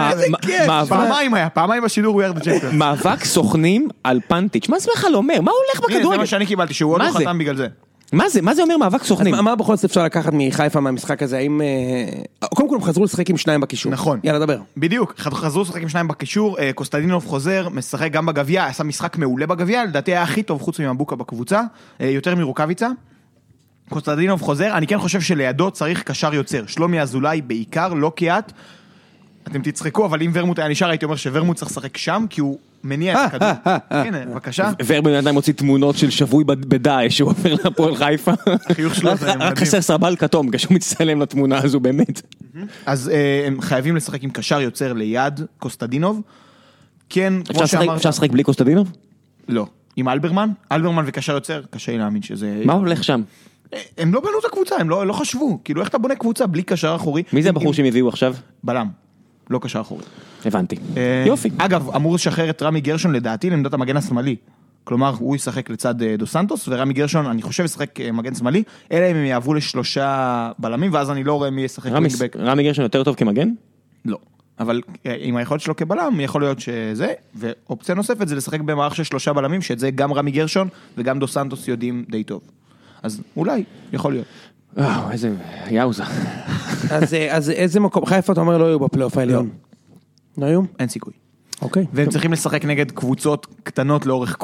פעמיים בשידור we are the champions. מאבק סוכנים על פנטיץ', מה זה בכלל אומר? מה הולך בכדורגל? זה מה שאני קיבלתי, שהוא עוד לא חתם בגלל זה. מה זה אומר מאבק סוכנים? מה בכל זאת אפשר לקחת מחיפה מהמשחק הזה? האם... קודם כל הם חזרו לשחק עם שניים בקישור. נכון. יאללה, דבר. בדיוק, חזרו לשחק עם שניים בקישור, קוסטדינוב חוזר, משחק גם בגביע, עשה משחק מעולה בגביע, לדעתי היה הכי טוב חוץ ממבוקה בקבוצה, יותר מרוקאביצה. קוסטדינוב חוזר, אני כן חושב שלידו צריך קשר יוצר, שלומי אזולאי בעיקר, לא קיאט. אתם תצחקו, אבל אם ורמוט היה נשאר, הייתי אומר שוורמוט צריך לשחק שם, כי הוא מניע את הכדור. הנה, בבקשה. ורמוט עדיין מוציא תמונות של שבוי בדאעש, שהוא עובר לפועל חיפה. החיוך שלו זה מדהים. רק חסר סרבל כתום, כשהוא מצטלם לתמונה הזו, באמת. אז הם חייבים לשחק עם קשר יוצר ליד קוסטדינוב. כן, כמו שאמרת... אפשר לשחק בלי קוסטדינוב? לא. עם אלברמן וקשר יוצר, קשה לי להאמין שזה... מה הולך שם? הם לא בנו את הקבוצה, הם לא חשבו. כאילו, איך אתה בונה קבוצה בלי קשר אחורי? מי זה הבחור שהם הביאו עכשיו? בלם. לא קשר אחורי. הבנתי. יופי. אגב, אמור לשחרר את רמי גרשון לדעתי לעמדת המגן השמאלי. כלומר, הוא ישחק לצד דו סנטוס, ורמי גרשון, אני חושב, ישחק מגן שמאלי, אלא אם הם יעברו לשלושה בלמים, ואז אני לא רואה מי ישחק ווינגבק. רמי גרשון יותר טוב כמגן? לא. אבל עם היכולת שלו כבלם, יכול להיות שזה, ואופציה נוספת זה לשחק במערך של שלושה בלמים, שאת זה גם רמי גרשון וגם דו סנטוס יודעים די טוב. אז אולי, יכול להיות. איזה יאוזה. אז איזה מקום, חיפה אתה אומר לא יהיו בפלייאוף העליון? לא יהיו? אין סיכוי. אוקיי. והם צריכים לשחק נגד קבוצות קטנות לאורך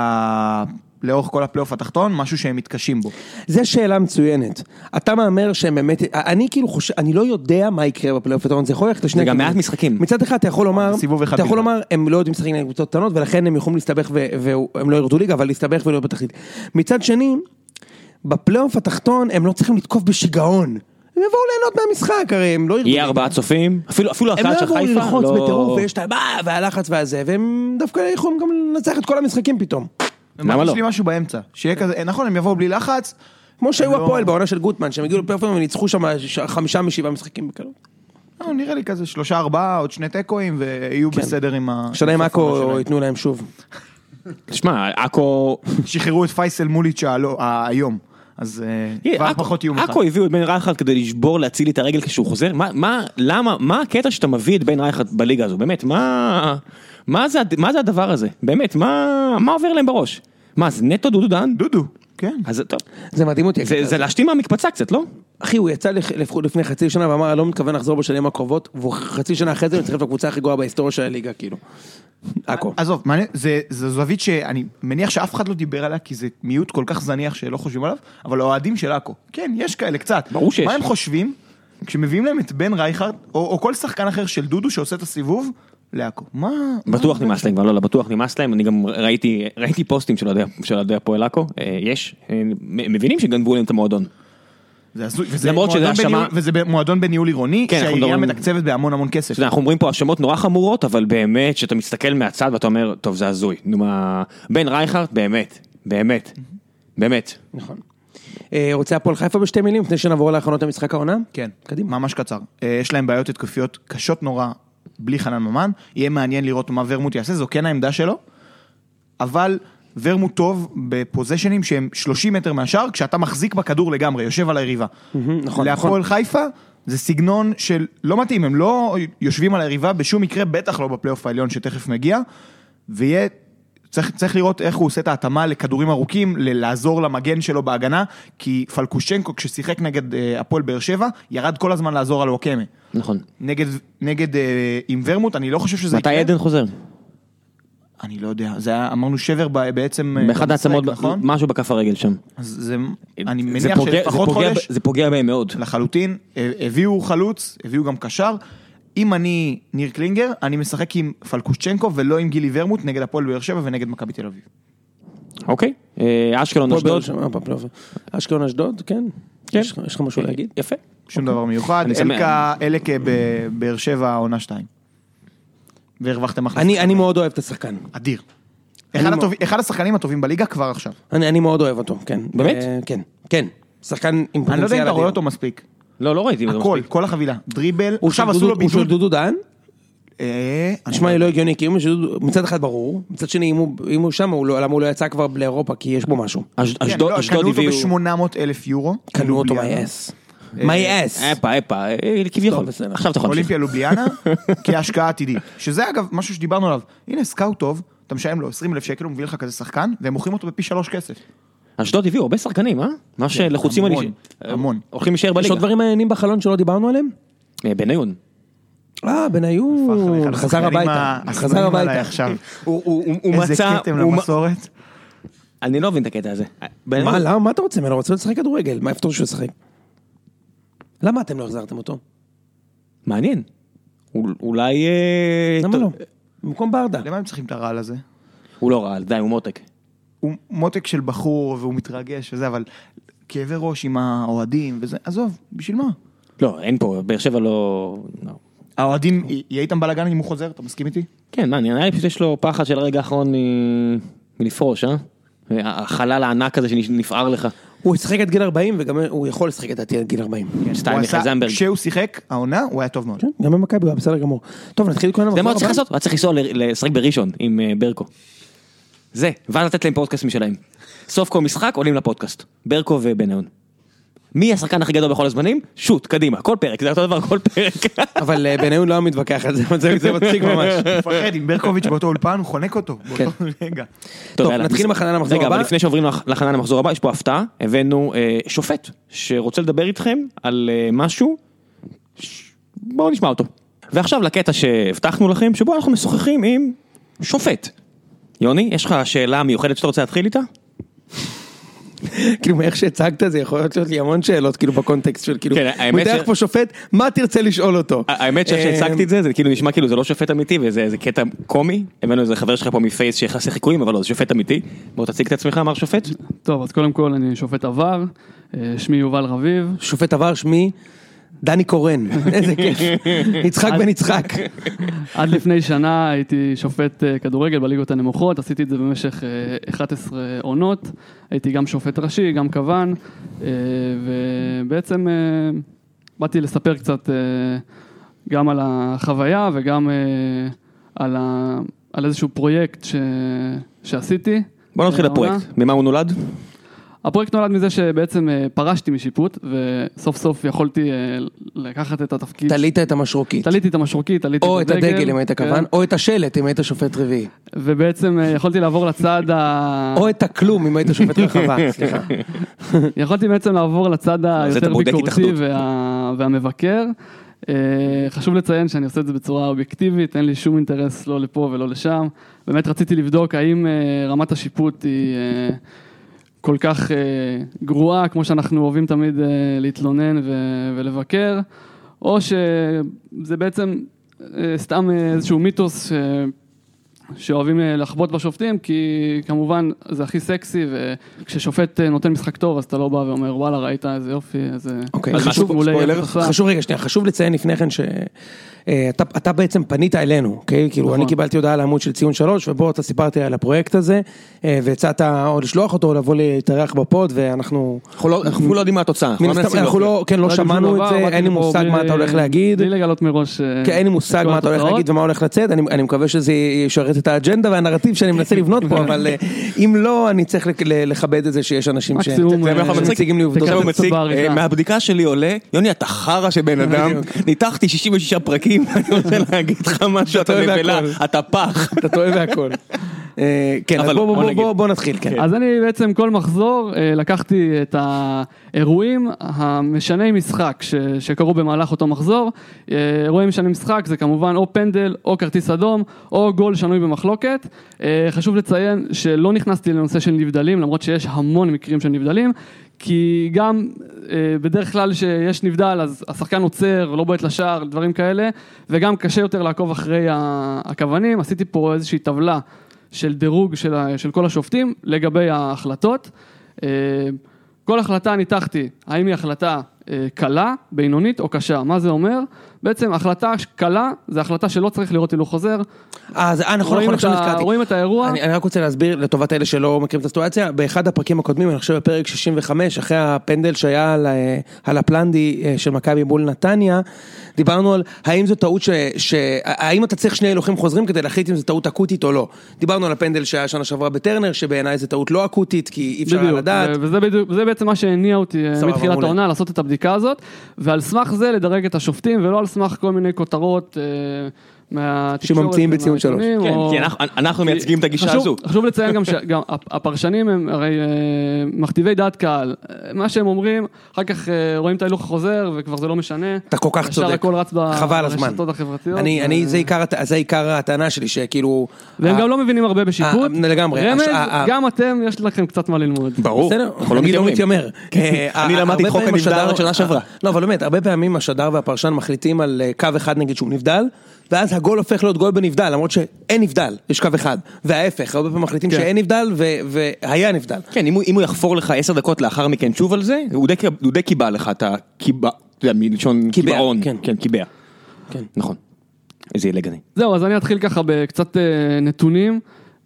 כל הפלייאוף התחתון, משהו שהם מתקשים בו. זה שאלה מצוינת. אתה מאמר שהם באמת, אני כאילו חושב, אני לא יודע מה יקרה בפלייאוף התחתון, זה יכול ללכת לשני... זה גם מעט משחקים. מצד אחד אתה יכול לומר, הם לא יודעים לשחק נגד קבוצות קטנות, ולכן הם יכולים להסתבך, והם לא ירדו ליגה, אבל להסתבך ולא בתחתית. מצד שני, בפלייאוף התחתון הם לא צריכים לתקוף בשיגעון. הם יבואו ליהנות מהמשחק, הרי הם לא ירדו. יהיה 4 צופים, אפילו הקהל של חיפה. הם לא יבואו ללחוץ בטירוף, ויש את והלחץ והזה, והם דווקא יכולים גם לנצח את כל המשחקים פתאום. למה לא? יש לי משהו באמצע, שיהיה כזה, נכון, הם יבואו בלי לחץ. כמו שהיו הפועל בעונה של גוטמן, שהם הגיעו לפלייאוף וניצחו שם 5 מ7 משחקים בקלות. נראה לי כזה 3-4, עוד 2 טקואים, ויהיו בסדר עם ה... שאלה אם אקו ייתנו להם שוב. תשמע, אקו... שחררו את פייסל מוליץ' היום. אז כבר פחות איום אחד. אקו הביאו את בן רייכרד כדי לשבור, להציל את הרגל כשהוא חוזר. מה הקטע שאתה מביא את בן רייכרד בליגה הזו? באמת, מה זה הדבר הזה? באמת, מה עובר להם בראש? מה, זה נטו דודו דן? דודו, כן. אז טוב. זה מדהים אותי. זה להשתים מהמקפצה קצת, לא? אחי, הוא יצא לפני חצי שנה ואמר, אני לא מתכוון לחזור בשנים הקרובות, וחצי שנה אחרי זה הוא צריך לקבוצה הכי גרועה בהיסטוריה של הליגה, כאילו. אקו. עזוב, זה זווית שאני מניח שאף אחד לא דיבר עליה, כי זה מיעוט כל כך זניח שלא חושבים עליו, אבל האוהדים של אקו, כן, יש כאלה קצת. ברור שיש. מה הם חושבים, כשמביאים להם את בן רייכרד, או כל שחקן אחר של דודו שעושה את הסיבוב, לאקו. מה? בטוח נמאס להם, לא, בטוח נמאס להם, אני גם ראיתי פוסטים של אוהדי הפועל אקו, יש, מבינים שגנבו להם את המועדון. וזה מועדון בניהול עירוני, שהעירייה מתקצבת בהמון כסף. אנחנו אומרים פה האשמות נורא חמורות, אבל באמת שאתה מסתכל מהצד ואתה אומר, טוב זה הזוי. בן רייכרד, באמת. נכון. רוצה הפועל חיפה בשתי מילים, לפני שנעבור להכנות המשחק העונה? כן, קדימה. ממש קצר. יש להם בעיות התקפיות קשות נורא, בלי חנן ממן. יהיה מעניין לראות מה ורמוט יעשה, זו כן העמדה שלו, אבל... ורמוט טוב בפוזיישנים שהם 30 מטר מהשאר, כשאתה מחזיק בכדור לגמרי, יושב על היריבה. נכון. להפועל חיפה, זה סגנון של לא מתאים, הם לא יושבים על היריבה בשום מקרה, בטח לא בפלייאוף העליון שתכף מגיע, ויהיה, צריך לראות איך הוא עושה את ההתאמה לכדורים ארוכים, לעזור למגן שלו בהגנה, כי פלקושנקו כששיחק נגד הפועל באר שבע, ירד כל הזמן לעזור על וואקמה. נכון. נגד עם ורמוט, אני לא חושב שזה מתי עדן חוזר? אני לא יודע, זה היה, אמרנו שבר בעצם... באחד העצמות, משהו בכף הרגל שם. אז אני מניח שלפחות חודש... זה פוגע בהם מאוד. לחלוטין, הביאו חלוץ, הביאו גם קשר, אם אני ניר קלינגר, אני משחק עם פלקושצ'נקו ולא עם גילי ורמוט נגד הפועל באר שבע ונגד מכבי תל אביב. אוקיי, אשקלון אשדוד. אשקלון אשדוד, כן. יש לך משהו להגיד? יפה. שום דבר מיוחד. אלק בבאר שבע עונה 2. והרווחתם אחלה. אני מאוד אוהב את השחקן. אדיר. אחד השחקנים הטובים בליגה כבר עכשיו. אני מאוד אוהב אותו, כן. באמת? כן, כן. שחקן עם פוטנציאל. אני לא יודע אם אתה רואה אותו מספיק. לא ראיתי. הכל, כל החבילה. דריבל. עכשיו עשו לו הוא של דודו דן? נשמע לי לא הגיוני, כי מצד אחד ברור, מצד שני, אם הוא שם, למה הוא לא יצא כבר לאירופה, כי יש בו משהו. אשדוד קנו אותו הביאו... ב-800,000 יורו. קנו אותו מייס. מייס. אפה, כביכול. עכשיו אתה יכול להמשיך. אולימפיה לובליאנה, כהשקעה עתידית. שזה אגב משהו שדיברנו עליו. הנה סקאוט טוב, אתה משלם לו 20,000 שקל, הוא מביא לך כזה שחקן, והם מוכרים אותו בפי 3 כסף. אשדוד הביאו הרבה שחקנים, מה שלחוצים על... המון. הולכים להישאר בליגה. יש עוד דברים מעניינים בחלון שלא דיברנו עליהם? בניון. בניון, חזר הביתה. חזר הביתה. איזה קטם למסורת. אני לא מבין את הקטע הזה. מה אתה רוצה? אני רוצה לשחק כדורגל. מה יפתור שהוא ישחק? למה אתם לא החזרתם אותו? מעניין. אולי... למה לא? במקום ברדה. למה הם צריכים את הרעל הזה? הוא לא רעל, די, הוא מותק. הוא מותק של בחור והוא מתרגש וזה, אבל כאבי ראש עם האוהדים וזה, עזוב, בשביל מה? לא, אין פה, באר שבע לא... האוהדים, יהיה איתם בלגן אם הוא חוזר, אתה מסכים איתי? כן, מה, נראה לי פשוט יש לו פחד של הרגע האחרון מלפרוש, החלל הענק הזה שנפער לך. הוא ישחק עד גיל 40 וגם הוא יכול לשחק עד גיל 40. כשהוא שיחק, העונה, הוא היה טוב מאוד. גם במכבי, הוא היה בסדר גמור. טוב, נתחיל את כל זה מה הוא צריך לעשות? הוא צריך לנסוע לשחק בראשון עם ברקו. זה, ואז לתת להם פודקאסט משלהם. סוף כל משחק עולים לפודקאסט. ברקו ובניון. מי השחקן הכי גדול בכל הזמנים? שוט, קדימה, כל פרק, זה אותו דבר, כל פרק. אבל בניון לא מתווכח על זה, זה מצחיק ממש. הוא מפחד, עם ברקוביץ' באותו אולפן, הוא חונק אותו. רגע. טוב, נתחיל מחנן המחזור הבא. רגע, אבל לפני שעוברים לחנן המחזור הבא, יש פה הפתעה, הבאנו שופט, שרוצה לדבר איתכם על משהו, בואו נשמע אותו. ועכשיו לקטע שהבטחנו לכם, שבו אנחנו משוחחים עם שופט. יוני, יש לך שאלה מיוחדת שאתה רוצה להתחיל איתה? כאילו מאיך שהצגת זה יכול להיות לי המון שאלות כאילו בקונטקסט של כאילו הוא דרך פה שופט, מה תרצה לשאול אותו? האמת שהצגתי את זה, זה כאילו נשמע כאילו זה לא שופט אמיתי וזה קטע קומי, הבאנו איזה חבר שלך פה מפייס שיחס לחיקויים אבל לא, זה שופט אמיתי. בוא תציג את עצמך, אמר שופט. טוב, אז קודם כל אני שופט עבר, שמי יובל רביב. שופט עבר, שמי דני קורן, איזה כיף, יצחק בן יצחק. עד לפני שנה הייתי שופט כדורגל בליגות הנמוכות, עשיתי את זה במשך 11 עונות, הייתי גם שופט ראשי, גם כוון, ובעצם באתי לספר קצת גם על החוויה וגם על איזשהו פרויקט שעשיתי. בוא נתחיל לפרויקט, ממה הוא נולד? הפרויקט נולד מזה שבעצם פרשתי משיפוט, וסוף סוף יכולתי לקחת את התפקיד. תלית את המשרוקית. תליתי את המשרוקית, תליתי או את הדגל אם היית כוון, או את השלט אם היית שופט רביעי. ובעצם יכולתי לעבור לצד או את הכלום אם היית שופט רחבה, סליחה. יכולתי בעצם לעבור לצד היותר ביקורתי והמבקר. חשוב לציין שאני עושה את זה בצורה אובייקטיבית, אין לי שום אינטרס לא לפה ולא לשם. באמת רציתי לבדוק האם רמת השיפוט היא כל כך גרועה, כמו שאנחנו אוהבים תמיד להתלונן ולבקר, או שזה בעצם סתם איזשהו מיתוס שאוהבים לחבוט בשופטים, כי כמובן זה הכי סקסי, וכששופט נותן משחק טוב, אז אתה לא בא ואומר, וואלה, ראית איזה יופי, איזה... אוקיי, חשוב לציין לפני כן אתה בעצם פנית אלינו, אוקיי? כאילו אני קיבלתי הודעה על העמוד של ציון 3, ובו אתה סיפרתי על הפרויקט הזה, והצעת או לשלוח אותו, או לבוא להתארח בפוד, ואנחנו... אנחנו לא יודעים מה התוצאה. אנחנו לא שמענו את זה, אין לי מושג מה אתה הולך להגיד. בלי לגלות מראש... אין לי מושג מה אתה הולך להגיד ומה הולך לצאת, אני מקווה שזה ישרת את האג'נדה והנרטיב שאני מנסה לבנות פה, אבל אם לא, אני צריך לכבד את זה שיש אנשים שמציגים לי עובדות. מהבדיקה שלי עולה, יוני, אתה חרא שבן אדם, ניתחתי 66 פרקים, אני רוצה להגיד לך משהו, אתה נבלה, אתה פח. אתה טועה בהכל. כן, אז בוא נתחיל. אז אני בעצם כל מחזור לקחתי את האירועים המשני משחק שקרו במהלך אותו מחזור. אירועים משני משחק זה כמובן או פנדל או כרטיס אדום או גול שנוי במחלוקת. חשוב לציין שלא נכנסתי לנושא של נבדלים, למרות שיש המון מקרים של נבדלים, כי גם בדרך כלל שיש נבדל, אז השחקן עוצר, לא בועט לשער, דברים כאלה, וגם קשה יותר לעקוב אחרי הכוונים. עשיתי פה איזושהי טבלה של דירוג של כל השופטים לגבי ההחלטות. כל החלטה ניתחתי, האם היא החלטה קלה, בינונית או קשה. מה זה אומר? בעצם החלטה קלה, זה החלטה שלא צריך לראות הילוך חוזר. נכון, עכשיו נזכרתי. רואים את האירוע. אני רק רוצה להסביר לטובת אלה שלא מכירים את הסיטואציה, באחד הפרקים הקודמים, אני חושב בפרק 65, אחרי הפנדל שהיה על הפלנדי של מכבי מול נתניה, דיברנו על האם זו טעות האם אתה צריך שני הילוכים חוזרים כדי להחליט אם זו טעות אקוטית או לא. דיברנו על הפנדל שהיה שנה שעברה בטרנר, שבעיניי זו טעות לא אקוטית, כי אי אפשר לדעת. וזה בעצם מה שהניע אותי מתחילת העונה, לעשות את הבדיקה הזאת, ועל סמך זה לדרג את השופטים, ולא על סמך כל מיני כותרות שממציאים בציון 3. כן, כי אנחנו מייצגים את הגישה הזו. חשוב לציין גם שהפרשנים הם הרי מכתיבי דעת קהל. מה שהם אומרים, אחר כך רואים את ההילוך החוזר, וכבר זה לא משנה. אתה כל כך צודק. הכל רץ ברשתות החברתיות. זה עיקר הטענה שלי, שכאילו... והם גם לא מבינים הרבה בשיפוט. לגמרי. רמז, גם אתם, יש לכם קצת מה ללמוד. ברור. אני לא מתיימר. אני למדתי חוק הנבדל בשנה שעברה. לא, אבל באמת, הרבה פעמים השדר והפרשן מחליטים על קו אחד נגיד שהוא נבדל, ואז הגול הופך להיות גול בנבדל, למרות שאין נבדל, יש קו אחד, וההפך, הרבה פעמים מחליטים שאין נבדל, והיה נבדל. כן, אם הוא יחפור לך 10 דקות לאחר מכן שוב על זה, הוא די קיבע לך את הקיבע, אתה יודע, מלשון קיבעון. כן, קיבע. נכון. איזה ילגני. זהו, אז אני אתחיל ככה בקצת נתונים.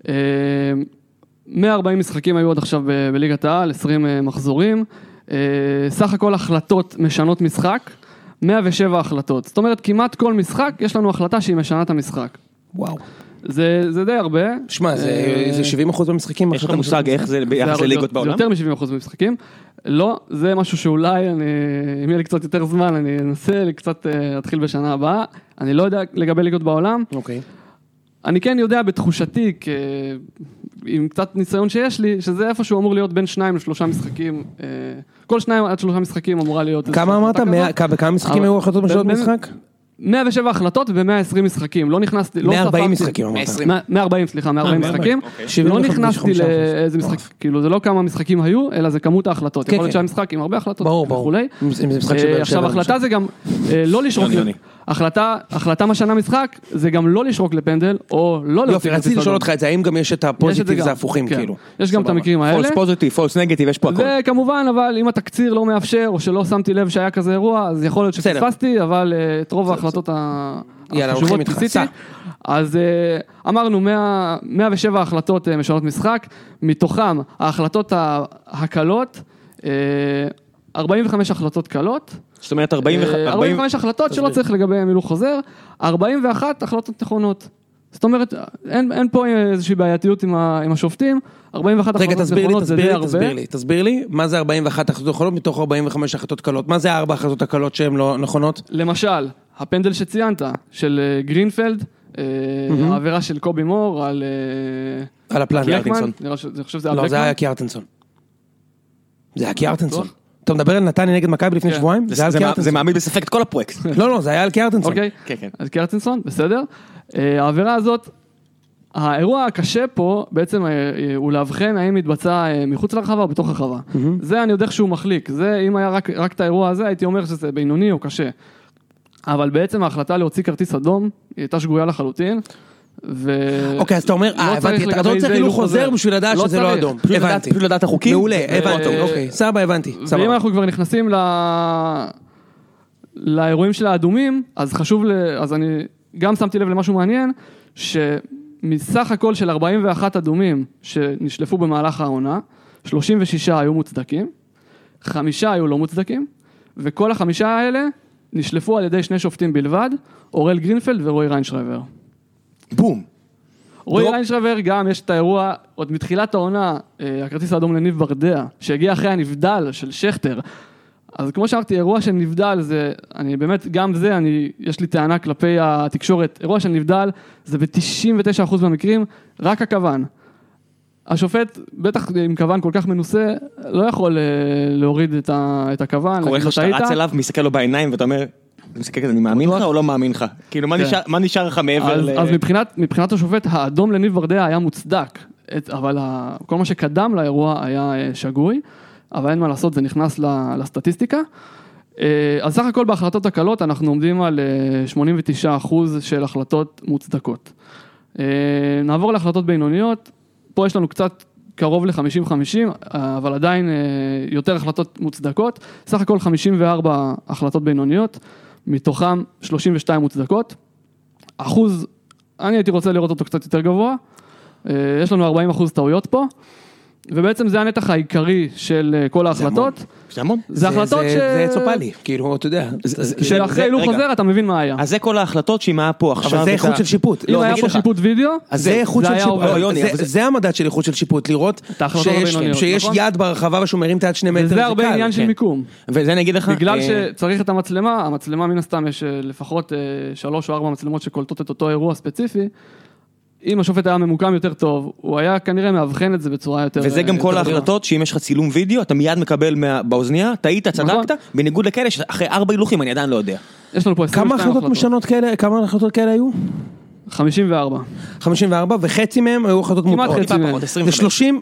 140 משחקים היו עד עכשיו בליגת העל, 20 מחזורים. סך הכל החלטות משנות משחק. 107 החלטות. זאת אומרת, כמעט כל משחק, יש לנו החלטה שהיא משנה את המשחק. וואו. זה די הרבה. שמע, זה 70% במשחקים. יש לך מושג איך זה ביחס לליגות בעולם? זה יותר מ-70% במשחקים. לא, זה משהו שאולי, אם יהיה לי קצת יותר זמן, אני אנסה קצת להתחיל בשנה הבאה. אני לא יודע לגבי ליגות בעולם. אוקיי. אני כן יודע בתחושתי, עם קצת ניסיון שיש לי, שזה איפשהו אמור להיות בין 2 ל3 משחקים, כל 2 עד 3 משחקים אמורה להיות... כמה אמרת? בכמה משחקים היו החלטות משנות משחק? 107 החלטות ו120 משחקים, לא נכנסתי... 140 משחקים אמרת. 140, סליחה, 140 משחקים. לא נכנסתי לאיזה משחק, כאילו זה לא כמה משחקים היו, אלא זה כמות ההחלטות. יכול להיות שהמשחק עם הרבה החלטות וכולי. עכשיו, החלטה זה גם לא לשרוק... החלטה משנה משחק, זה גם לא לשרוק לפנדל, או לא יופי, רציתי לשאול אותך את זה, האם גם יש את הפוזיטיב זה הפוכים, כאילו. יש גם את המקרים האלה. פולס פוזיטיב, פולס נגטיב, יש פה הכל. וכמובן, אבל אם התקציר לא מאפשר, או שלא שמתי לב שהיה כזה אירוע, אז יכול להיות שפספסתי, אבל את רוב ההחלטות החשובות פיסיתי. אז אמרנו 107 החלטות משנות משחק, מתוכם ההחלטות הקלות, 45 החלטות קלות. זאת אומרת 45 החלטות שלא צריך לגבי מילוך חוזר, 41 החלטות נכונות. זאת אומרת, אין פה איזושהי בעייתיות עם השופטים, 41 החלטות נכונות זה די הרבה. תסביר לי, מה זה 41 החלטות נכונות מתוך 45 החלטות קלות? מה זה 4 החלטות הקלות שהן לא נכונות? למשל, הפנדל שציינת, של גרינפלד, העבירה של קובי מור על הפלן. לא, זה היה קיארטנסון. זה היה קיארטנסון. אתה מדבר על נתניה נגד מכבי לפני שבועיים? זה מעמיד בספק את כל הפרויקט. לא, זה היה על קיארטנסון. אוקיי, אז קיארטנסון, בסדר. העבירה הזאת, האירוע הקשה פה, בעצם הוא להבחן האם מתבצע מחוץ לרחבה או בתוך הרחבה. זה אני יודע שהוא מחליק. זה, אם היה רק את האירוע הזה, הייתי אומר שזה בינוני או קשה. אבל בעצם ההחלטה להוציא כרטיס אדום, היא הייתה שגויה לחלוטין. אוקיי, אז אתה אומר, אתה לא צריך הילוך חוזר בשביל לדעת שזה לא אדום. הבנתי. פשוט לדעת החוקים? מעולה, הבנתי, אוקיי. סבא, הבנתי. ואם אנחנו כבר נכנסים לאירועים של האדומים, אז חשוב, אז אני גם שמתי לב למשהו מעניין, שמסך הכל של 41 אדומים שנשלפו במהלך העונה, 36 היו מוצדקים, 5 היו לא מוצדקים, וכל ה5 האלה נשלפו על ידי 2 שופטים בלבד, אורל גרינפלד ורועי ריינשרייבר. בום. רועי ריינשרייבר גם יש את האירוע, עוד מתחילת העונה, הכרטיס האדום לניב ברדע, שהגיע אחרי הנבדל של שכטר. אז כמו שאמרתי, אירוע של נבדל זה, אני באמת, גם זה, יש לי טענה כלפי התקשורת, אירוע של נבדל זה ב-99% מהמקרים, רק הכוון. השופט, בטח עם כוון כל כך מנוסה, לא יכול להוריד את הכוון. קורא לך שאתה רץ אליו, מסתכל לו בעיניים ואתה אומר, אני מאמין לך או לא מאמין לך? כאילו, מה נשאר לך מעבר ל... אז מבחינת השופט, האדום לניב ברדע היה מוצדק, אבל כל מה שקדם לאירוע היה שגוי, אבל אין מה לעשות, זה נכנס לסטטיסטיקה. אז סך הכל בהחלטות הקלות אנחנו עומדים על 89% של החלטות מוצדקות. נעבור להחלטות בינוניות, פה יש לנו קצת קרוב ל-50-50, אבל עדיין יותר החלטות מוצדקות, סך הכל 54 החלטות בינוניות, מתוכם 32 מוצדקות, אחוז, אני הייתי רוצה לראות אותו קצת יותר גבוה, יש לנו 40% טעויות פה, ובעצם זה הנתח העיקרי של כל ההחלטות. זה המון. זה החלטות זה צופלי, כאילו, אתה יודע. שאחרי הילוך חוזר, אתה מבין מה היה. אז זה כל ההחלטות שאם היה פה עכשיו... אבל זה איכות של שיפוט. אם היה פה שיפוט וידאו, זה איכות של שיפוט. זה המדד של איכות של שיפוט, לראות שיש יד ברחבה ושהוא מרים את היד 2 מטר. וזה הרבה עניין של מיקום. וזה אני אגיד לך... בגלל שצריך את המצלמה, המצלמה מן הסתם יש לפחות 3 או 4 מצלמות שקולטות את אותו אירוע ספציפי, אם השופט היה ממוקם יותר טוב, הוא היה כנראה מאבחן את זה בצורה יותר... וזה גם כל ההחלטות, שאם יש לך צילום וידאו, אתה מיד מקבל באוזניה, טעית, צדקת, בניגוד לכאלה שאחרי 4 הילוכים, אני עדיין לא יודע. יש לנו פה 22 כמה החלטות משנות כאלה, כמה החלטות כאלה היו? 54. 54, וחצי מהם היו החלטות מוטעות. כמעט חצי מהם. זה 30,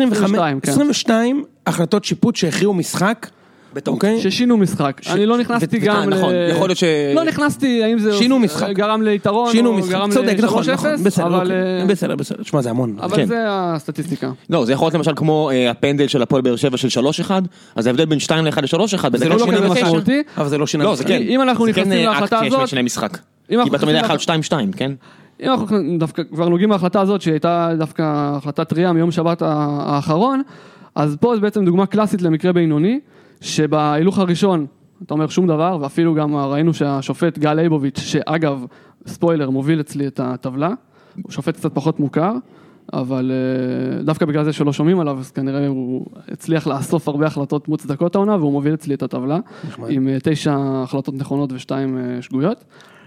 22 החלטות שיפוט שהכריעו משחק. ששינו משחק. אני לא נכנסתי גם נכון, יכול להיות ש... לא נכנסתי, האם זה גרם ליתרון, או גרם ל-3-0, אבל... בסדר, תשמע, זה המון. אבל זה הסטטיסטיקה. לא, זה יכול להיות למשל כמו הפנדל של הפועל באר שבע של 3-1, אז ההבדל בין 2-1 ל-3-1, זה לא כזה משמעותי, אבל זה לא שינה. לא, זה כן. אם אנחנו נכנסים להחלטה הזאת... שני משחק. כי אתה מדי 1-2-2, כן? אם אנחנו דווקא כבר נוגעים בהחלטה הזאת, שהייתה דווקא החלטה טריה מיום שבת האחרון, אז פה זה בעצם דוגמה קלאסית למקרה בינוני, שבהילוך הראשון, אתה אומר שום דבר, ואפילו גם ראינו שהשופט גל ליבוביץ', שאגב, ספוילר, מוביל אצלי את הטבלה, הוא שופט קצת פחות מוכר, אבל דווקא בגלל זה שלא שומעים עליו, אז כנראה הוא הצליח לאסוף הרבה החלטות מוצדקות העונה, והוא מוביל אצלי את הטבלה, עם 9 החלטות נכונות ו2 שגויות.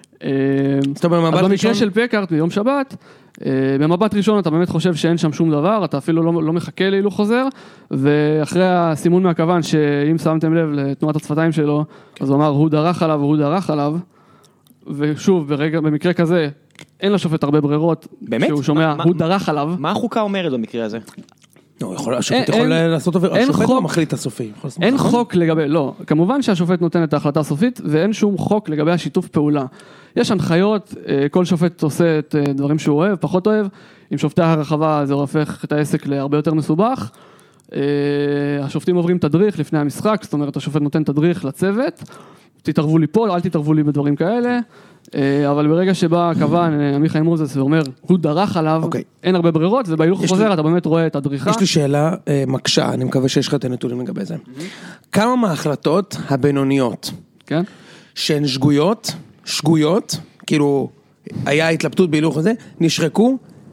במקרה של פקארט ביום שבת, במבט ראשון אתה באמת חושב שאין שם שום דבר, אתה אפילו לא מחכה להילוך חוזר, ואחרי הסימון מהכוון, שאם שמתם לב לתנועת הצפתיים שלו, אז הוא אמר, הוא דרך עליו, ושוב, במקרה כזה, אין לשופט הרבה ברירות, שהוא שומע, הוא דרך עליו. מה החוקה אומרת במקרה הזה? השופט יכול לעשות עובר, השופט לא מחליט הסופי. אין חוק לגבי, לא, כמובן שהשופט נותן את ההחלטה הסופית, ואין שום חוק לגבי השיתוף פעולה. יש הנחיות, כל שופט עושה את דברים שהוא אוהב, פחות אוהב, עם שופטי הרחבה זה הופך את העסק להרבה יותר מסובך, השופטים עוברים תדריך לפני המשחק, זאת אומרת השופט נותן תדריך לצוות, תתערבו לי פה, אל תתערבו לי בדברים כאלה, אבל ברגע שבא הכוון עמיחי מוזס ואומר, הוא דרך עליו, אין הרבה ברירות, ובהילוך חוזר אתה באמת רואה את הדריכה. יש לי שאלה מקשה, אני מקווה שיש לך את הנתונים לגבי זה. כמה מההחלטות הבינוניות, שהן שגויות, כאילו היה התלבטות בהילוך הזה, נשרקו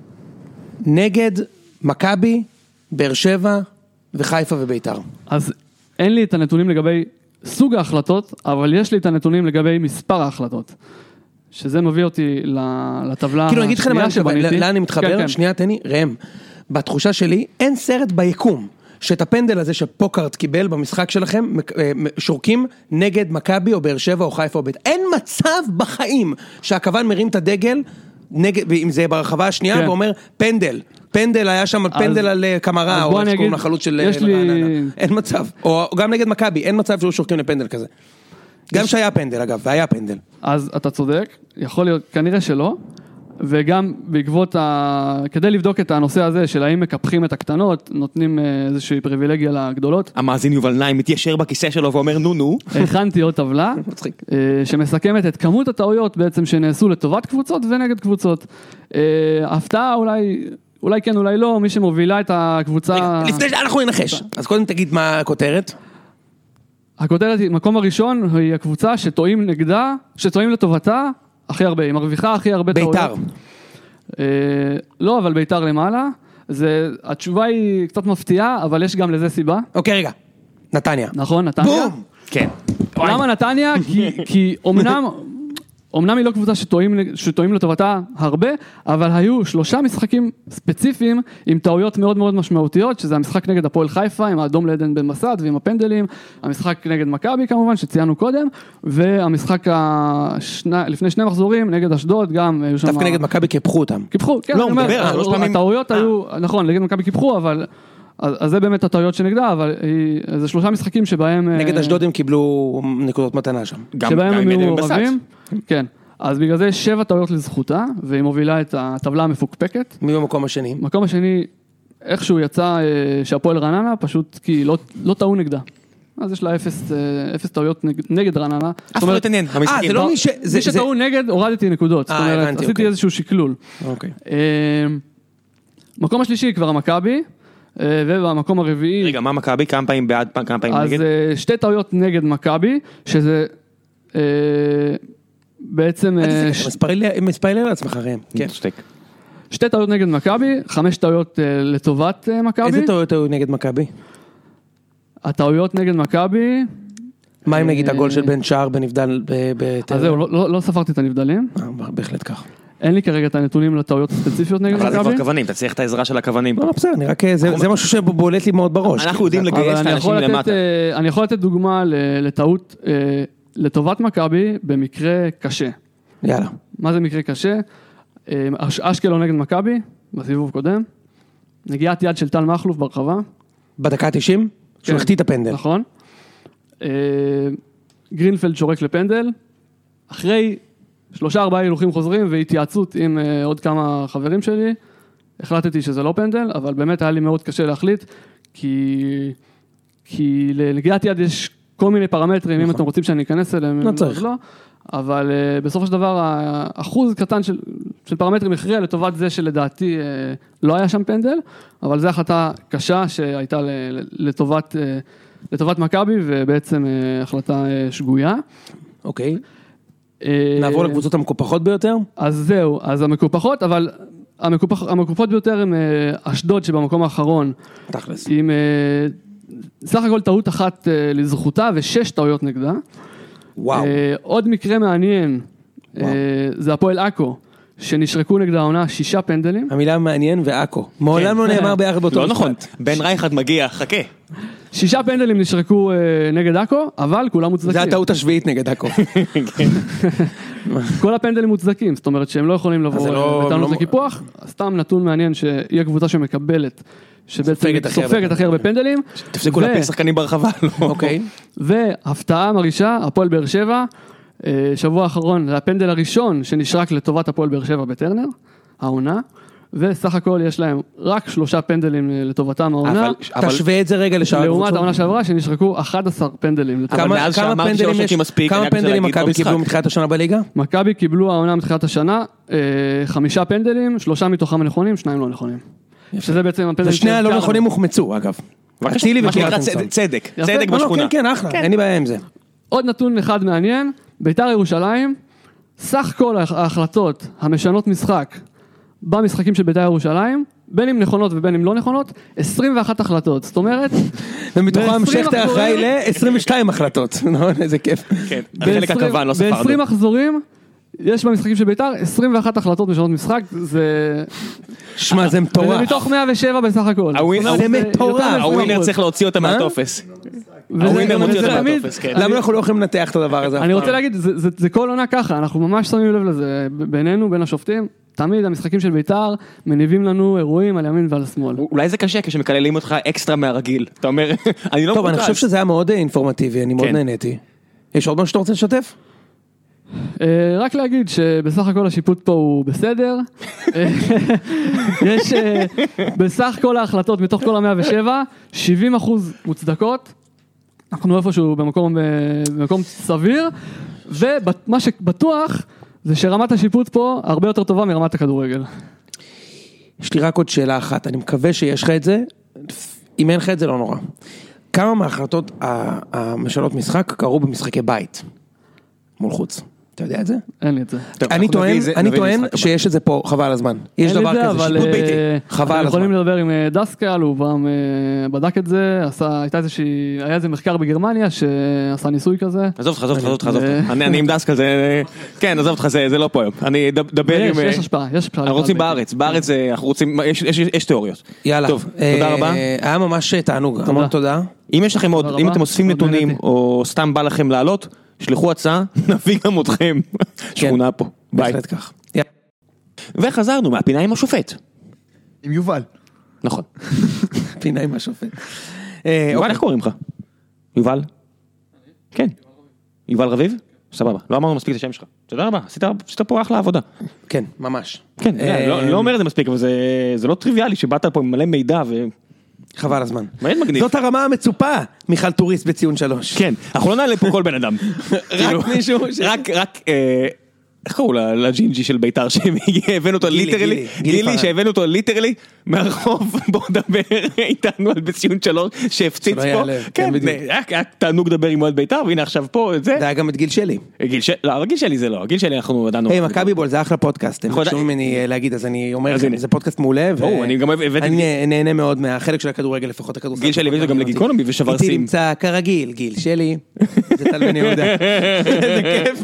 נגד מכבי, באר שבע וחיפה וביתר? אז אין לי את הנתונים לגבי סוג ההחלטות, אבל יש לי את הנתונים לגבי מספר ההחלטות. שזה מביא אותי לטבלה כאילו, נגיד לכם לאן אני מתחבר, שנייה תני, ראם, בתחושה שלי, אין סרט ביקום, שאת הפנדל הזה שפוקארט קיבל במשחק שלכם, שורקים נגד מכבי או באר שבע או חיפה או ביתר. אין מצב בחיים שהכוון מרים את הדגל, אם זה ברחבה השנייה, ואומר פנדל היה שם פנדל על קמרה, או איך שקוראים לחלוץ של רעננה. אין מצב. או גם נגד מכבי, אין מצב שהוא שורקים לפנדל כזה. גם שהיה פנדל אגב, והיה פנדל. אז אתה צודק, יכול להיות, כנראה שלא, וגם בעקבות, כדי לבדוק את הנושא הזה של האם מקפחים את הקטנות, נותנים איזושהי פריבילגיה לגדולות. המאזין יובל נעים מתיישר בכיסא שלו ואומר נו. הכנתי עוד טבלה, שמסכמת את כמות הטעויות בעצם שנעשו לטובת קבוצות ונגד קבוצות. הפתעה אולי כן, אולי לא, מי שמובילה את הקבוצה... לפני שאנחנו ננחש, אז קודם תגיד מה הכותרת. הכותרת היא, מקום הראשון היא הקבוצה שטועים נגדה, שטועים לטובתה, הכי הרבה, היא מרוויחה הכי הרבה טעויות. ביתר. לא, אבל ביתר למעלה. התשובה היא קצת מפתיעה, אבל יש גם לזה סיבה. אוקיי, רגע. נתניה. נכון, נתניה. בום! כן. למה נתניה? כי אומנם היא לא קבוצה שטועים לטובתה הרבה, אבל היו 3 משחקים ספציפיים עם טעויות מאוד מאוד משמעותיות, שזה המשחק נגד הפועל חיפה, עם האדום לעדן בן מסד ועם הפנדלים, המשחק נגד מכבי כמובן, שציינו קודם, והמשחק לפני 2 מחזורים נגד אשדוד, גם היו שם... דווקא נגד מכבי קיפחו אותם. קיפחו, כן. לא, מדבר, 3 פעמים... הטעויות היו, נכון, נגד מכבי קיפחו, אבל אז זה באמת הטעויות שנגדה, אבל זה 3 משחקים שבהם... נגד אשדוד הם קיבלו נקודות מתנה שם. שבהם הם היו מעורבים. כן. אז בגלל זה 7 טעויות לזכותה, והיא מובילה את הטבלה המפוקפקת. מי במקום השני? במקום השני, איכשהו יצא שהפועל רעננה, פשוט כי לא טעו נגדה. אז יש לה 0 טעויות נגד רעננה. אף אחד לא התעניין. זה לא מי ש... מי שטעו נגד, הורדתי נקודות. זאת אומרת, עשיתי איזשהו שקלול. אוקיי. מקום השלישי כבר המכבי, ובמקום הרביעי... רגע, מה מכבי? כמה פעמים בעד, כמה פעמים נגד? אז 2 טעויות נגד מכבי, שזה בעצם... מספר לעצמך ראם. כן. 2 טעויות נגד מכבי, 5 טעויות לטובת מכבי. איזה טעויות היו נגד מכבי? הטעויות נגד מכבי... מה אם נגיד הגול של בן שער בנבדל? אז זהו, לא ספרתי את הנבדלים. בהחלט כך. אין לי כרגע את הנתונים לטעויות הספציפיות נגד מכבי. אבל זה כבר כוונים, אתה צריך את העזרה של הכוונים. לא, בסדר, נראה זה משהו שבולט לי מאוד בראש. אנחנו יודעים לגייס את האנשים למטה. אני יכול לתת דוגמה לטעות לטובת מכבי במקרה קשה. יאללה. מה זה מקרה קשה? אשקלון נגד מכבי, בסיבוב קודם. נגיעת יד של טל מחלוף ברחבה. בדקה 90? שהוא החטיא את הפנדל. נכון. גרינפלד שורק לפנדל. אחרי 3-4 הילוכים חוזרים והתייעצות עם עוד כמה חברים שלי, החלטתי שזה לא פנדל, אבל באמת היה לי מאוד קשה להחליט, כי לנגיעת יד יש כל מיני פרמטרים, אם אתם רוצים שאני אכנס אליהם, לא צריך. לא, אבל בסופו של דבר, האחוז קטן של פרמטרים הכריע לטובת זה שלדעתי לא היה שם פנדל, אבל זו החלטה קשה שהייתה לטובת מכבי, ובעצם החלטה שגויה. אוקיי. נעבור לקבוצות המקופחות ביותר? אז זהו, אז המקופחות, אבל המקופחות ביותר הם אשדוד שבמקום האחרון. תכלס. עם סך הכל טעות אחת לזכותה ו6 טעויות נגדה. וואו. עוד מקרה מעניין, זה הפועל עכו, שנשרקו נגדה העונה 6 פנדלים. המילה מעניין ועכו. מעולם לא נאמר ביחד באותו לא נכון, בן רייכרד מגיע, חכה. 6 פנדלים נשרקו נגד עכו, אבל כולם מוצדקים. זה הטעות השביעית נגד עכו. כל הפנדלים מוצדקים, זאת אומרת שהם לא יכולים לבוא בטענות לקיפוח, סתם נתון מעניין שהיא הקבוצה שמקבלת, שבעצם סופגת הכי הרבה פנדלים. תפסיקו להפיל שחקנים ברחבה. אוקיי. והפתעה מרעישה, הפועל באר שבע, שבוע האחרון, זה הפנדל הראשון שנשרק לטובת הפועל באר שבע בטרנר, העונה, וסך הכל יש להם רק 3 פנדלים לטובתם העונה. תשווה את זה רגע לשאר הקבוצות. לעומת העונה שעברה שנשרקו 11 פנדלים. כמה פנדלים מכבי קיבלו מתחילת השנה בליגה? מכבי קיבלו העונה מתחילת השנה 5 פנדלים, 3 מתוכם נכונים, 2 לא נכונים. שזה בעצם הפנדלים... ושני הלא נכונים הוחמצו אגב. אצילי וקריית שמונה. צדק בשכונה. כן, אחלה, אין לי בעיה עם זה. עוד נתון אחד מעניין, בית"ר ירושלים, סך כל ההחלטות המשנות משחק במשחקים של בית"ר ירושלים, בין אם נכונות ובין אם לא נכונות, 21 החלטות, זאת אומרת... ומתוכם שכטר אחראי ל-22 החלטות, איזה כיף. כן, החלק הכוון, לא ספרנו. ב-20 מחזורים, יש במשחקים של בית"ר 21 החלטות משנות משחק, זה... שמע, זה מטורף. וזה מתוך 107 בסך הכל. זה מטורף. הווינר צריך להוציא אותה מהטופס. הווינר מוציא אותה מהטופס, כן. למה אנחנו לא יכולים לנתח את הדבר הזה? אני רוצה להגיד, זה כל עונה ככה, אנחנו ממש שמים לב לזה, בינינו, בין השופטים, תמיד המשחקים של בית"ר מניבים לנו אירועים על ימין ועל השמאל. אולי זה קשה כשמקללים אותך אקסטרה מהרגיל. אתה אומר, אני לא טוב, אני חושב שזה היה מאוד אינפורמטיבי, אני מאוד נהניתי. יש עוד משהו שאתה רוצה לשתף? רק להגיד שבסך הכל השיפוט פה הוא בסדר. יש בסך כל ההחלטות מתוך כל ה-107, 70% מוצדקות. אנחנו איפשהו במקום סביר, ומה שבטוח זה שרמת השיפוט פה הרבה יותר טובה מרמת הכדורגל. יש לי רק עוד שאלה אחת, אני מקווה שיש לך את זה, אם אין לך את זה לא נורא. כמה מההחלטות המשנות משחק קרו במשחקי בית מול חוץ? אתה יודע את זה? אין לי את זה. אני טוען שיש את זה פה, חבל הזמן. יש דבר כזה, שיפוט ביתי. חבל הזמן. יכולים לדבר עם דסקל, הוא פעם בדק את זה, היה איזה מחקר בגרמניה שעשה ניסוי כזה. עזוב אותך. אני עם דסקל, כן, עזוב אותך, זה לא פה היום. אני אדבר עם... יש השפעה. אנחנו רוצים בארץ אנחנו רוצים, יש תיאוריות. יאללה. טוב, תודה רבה. היה ממש תענוג, המון תודה. אם יש לכם עוד, אם אתם אוספים נתונים, או סתם בא לכם לעלות, שלחו הצעה, נביא גם אתכם. שכונה פה. ביי. וחזרנו מהפינה עם השופט. עם יובל. נכון. פינה עם השופט. יובל, איך קוראים לך? יובל? כן. יובל רביב? סבבה. לא אמרנו מספיק את השם שלך. תודה רבה, עשית פה אחלה עבודה. כן, ממש. כן, לא אומר את זה מספיק, אבל זה לא טריוויאלי שבאת פה עם מלא מידע ו... חבל הזמן. מאוד מגניב. זאת הרמה המצופה, מיכל טוריסט בציון 3. כן, אנחנו לא נעלה פה כל בן אדם. רק מישהו... רק, איך קראו לג'ינג'י של ביתר שהבאנו אותו ליטרלי, גילי שהבאנו אותו ליטרלי מהרחוב, בוא נדבר איתנו על בציון 3 שהפציץ פה, כן, היה תענוג לדבר עם מועד ביתר, והנה עכשיו פה, זה היה גם את גיל שלי. לא, גיל שלי זה לא, גיל שלי אנחנו עדיין... היי, מכבי בול, זה אחלה פודקאסט, הם ביקשו ממני להגיד, אז אני אומר, זה פודקאסט מעולה, ואני נהנה מאוד מהחלק של הכדורגל, לפחות הכדורסל. גיל שלי הביא גם לגיקונומי ושבר סים. איתי נמצא כרגיל, גיל שלי, זה טל בן יהודה. זה כיף.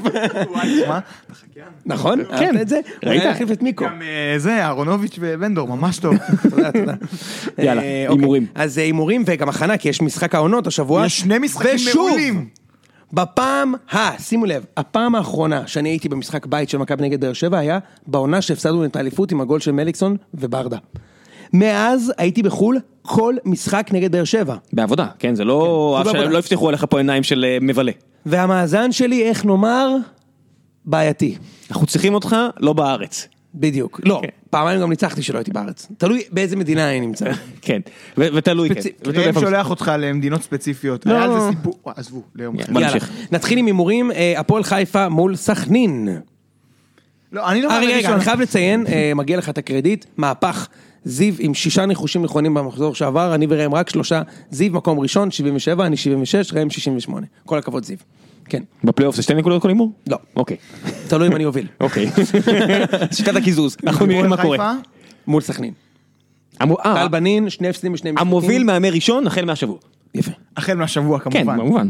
נכון? כן. את זה? ראית? אולי להחליף את מיקו. גם זה, אהרונוביץ' ובנדור, ממש טוב. תודה, תודה. יאללה, הימורים. אז הימורים וגם הכנה, כי יש משחק העונות השבוע. יש שני משחקים מעולים. בפעם, שימו לב, הפעם האחרונה שאני הייתי במשחק בית של מכבי נגד באר שבע היה בעונה שהפסדנו את האליפות עם הגול של מליקסון וברדה. מאז הייתי בחול כל משחק נגד באר שבע. בעבודה, כן, זה לא... לא הבטיחו עליך פה עיניים של מבלה. והמאזן שלי, איך נאמר, בעייתי. אנחנו צריכים אותך, לא בארץ. בדיוק. לא, פעמיים גם ניצחתי שלא הייתי בארץ. תלוי באיזה מדינה אני נמצא. כן, ותלוי, כן. ראם שולח אותך למדינות ספציפיות. היה על זה סיפור... עזבו, ליום אחר. יאללה, נתחיל עם הימורים, הפועל חיפה מול סכנין. לא, אני לא... רגע, אני חייב לציין, מגיע לך את הקרדיט, מהפך. זיו עם 6 ניחושים נכונים במחזור שעבר, אני וראם רק 3, זיו מקום ראשון, 77, אני 76, ראם 68. כל הכבוד זיו. כן. בפלייאוף זה 2 נקודות כל הימור? לא. אוקיי. תלוי אם אני אוביל. אוקיי. שיטת הקיזוז. אנחנו נראים מה קורה. מול סכנין. טל בנין, 2 הפסדים בשני משחקים. המוביל מהמר ראשון החל מהשבוע. יפה. החל מהשבוע כמובן. כן, כמובן.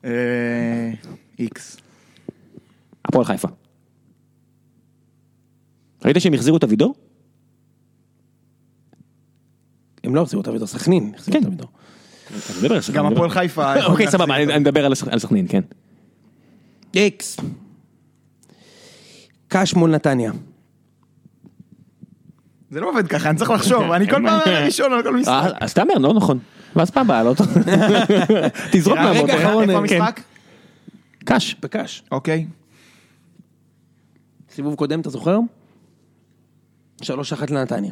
איקס. הפועל חיפה. ראית שהם החזירו את הוידור? הם לא החזירו את הוידור, סכנין החזירו את הוידור. גם הפועל חיפה. אוקיי, סבבה, אני מדבר על סכנין, כן. איקס. קש מול נתניה. זה לא עובד ככה, אני צריך לחשוב, אני כל פעם ראשון על כל משחק. אז תאמר, לא נכון. ואז פעם באה, לא טוב. תזרוק מהמות. רגע, איפה המשחק? קש. בקש. אוקיי. סיבוב קודם, אתה זוכר? 3-1 לנתניה.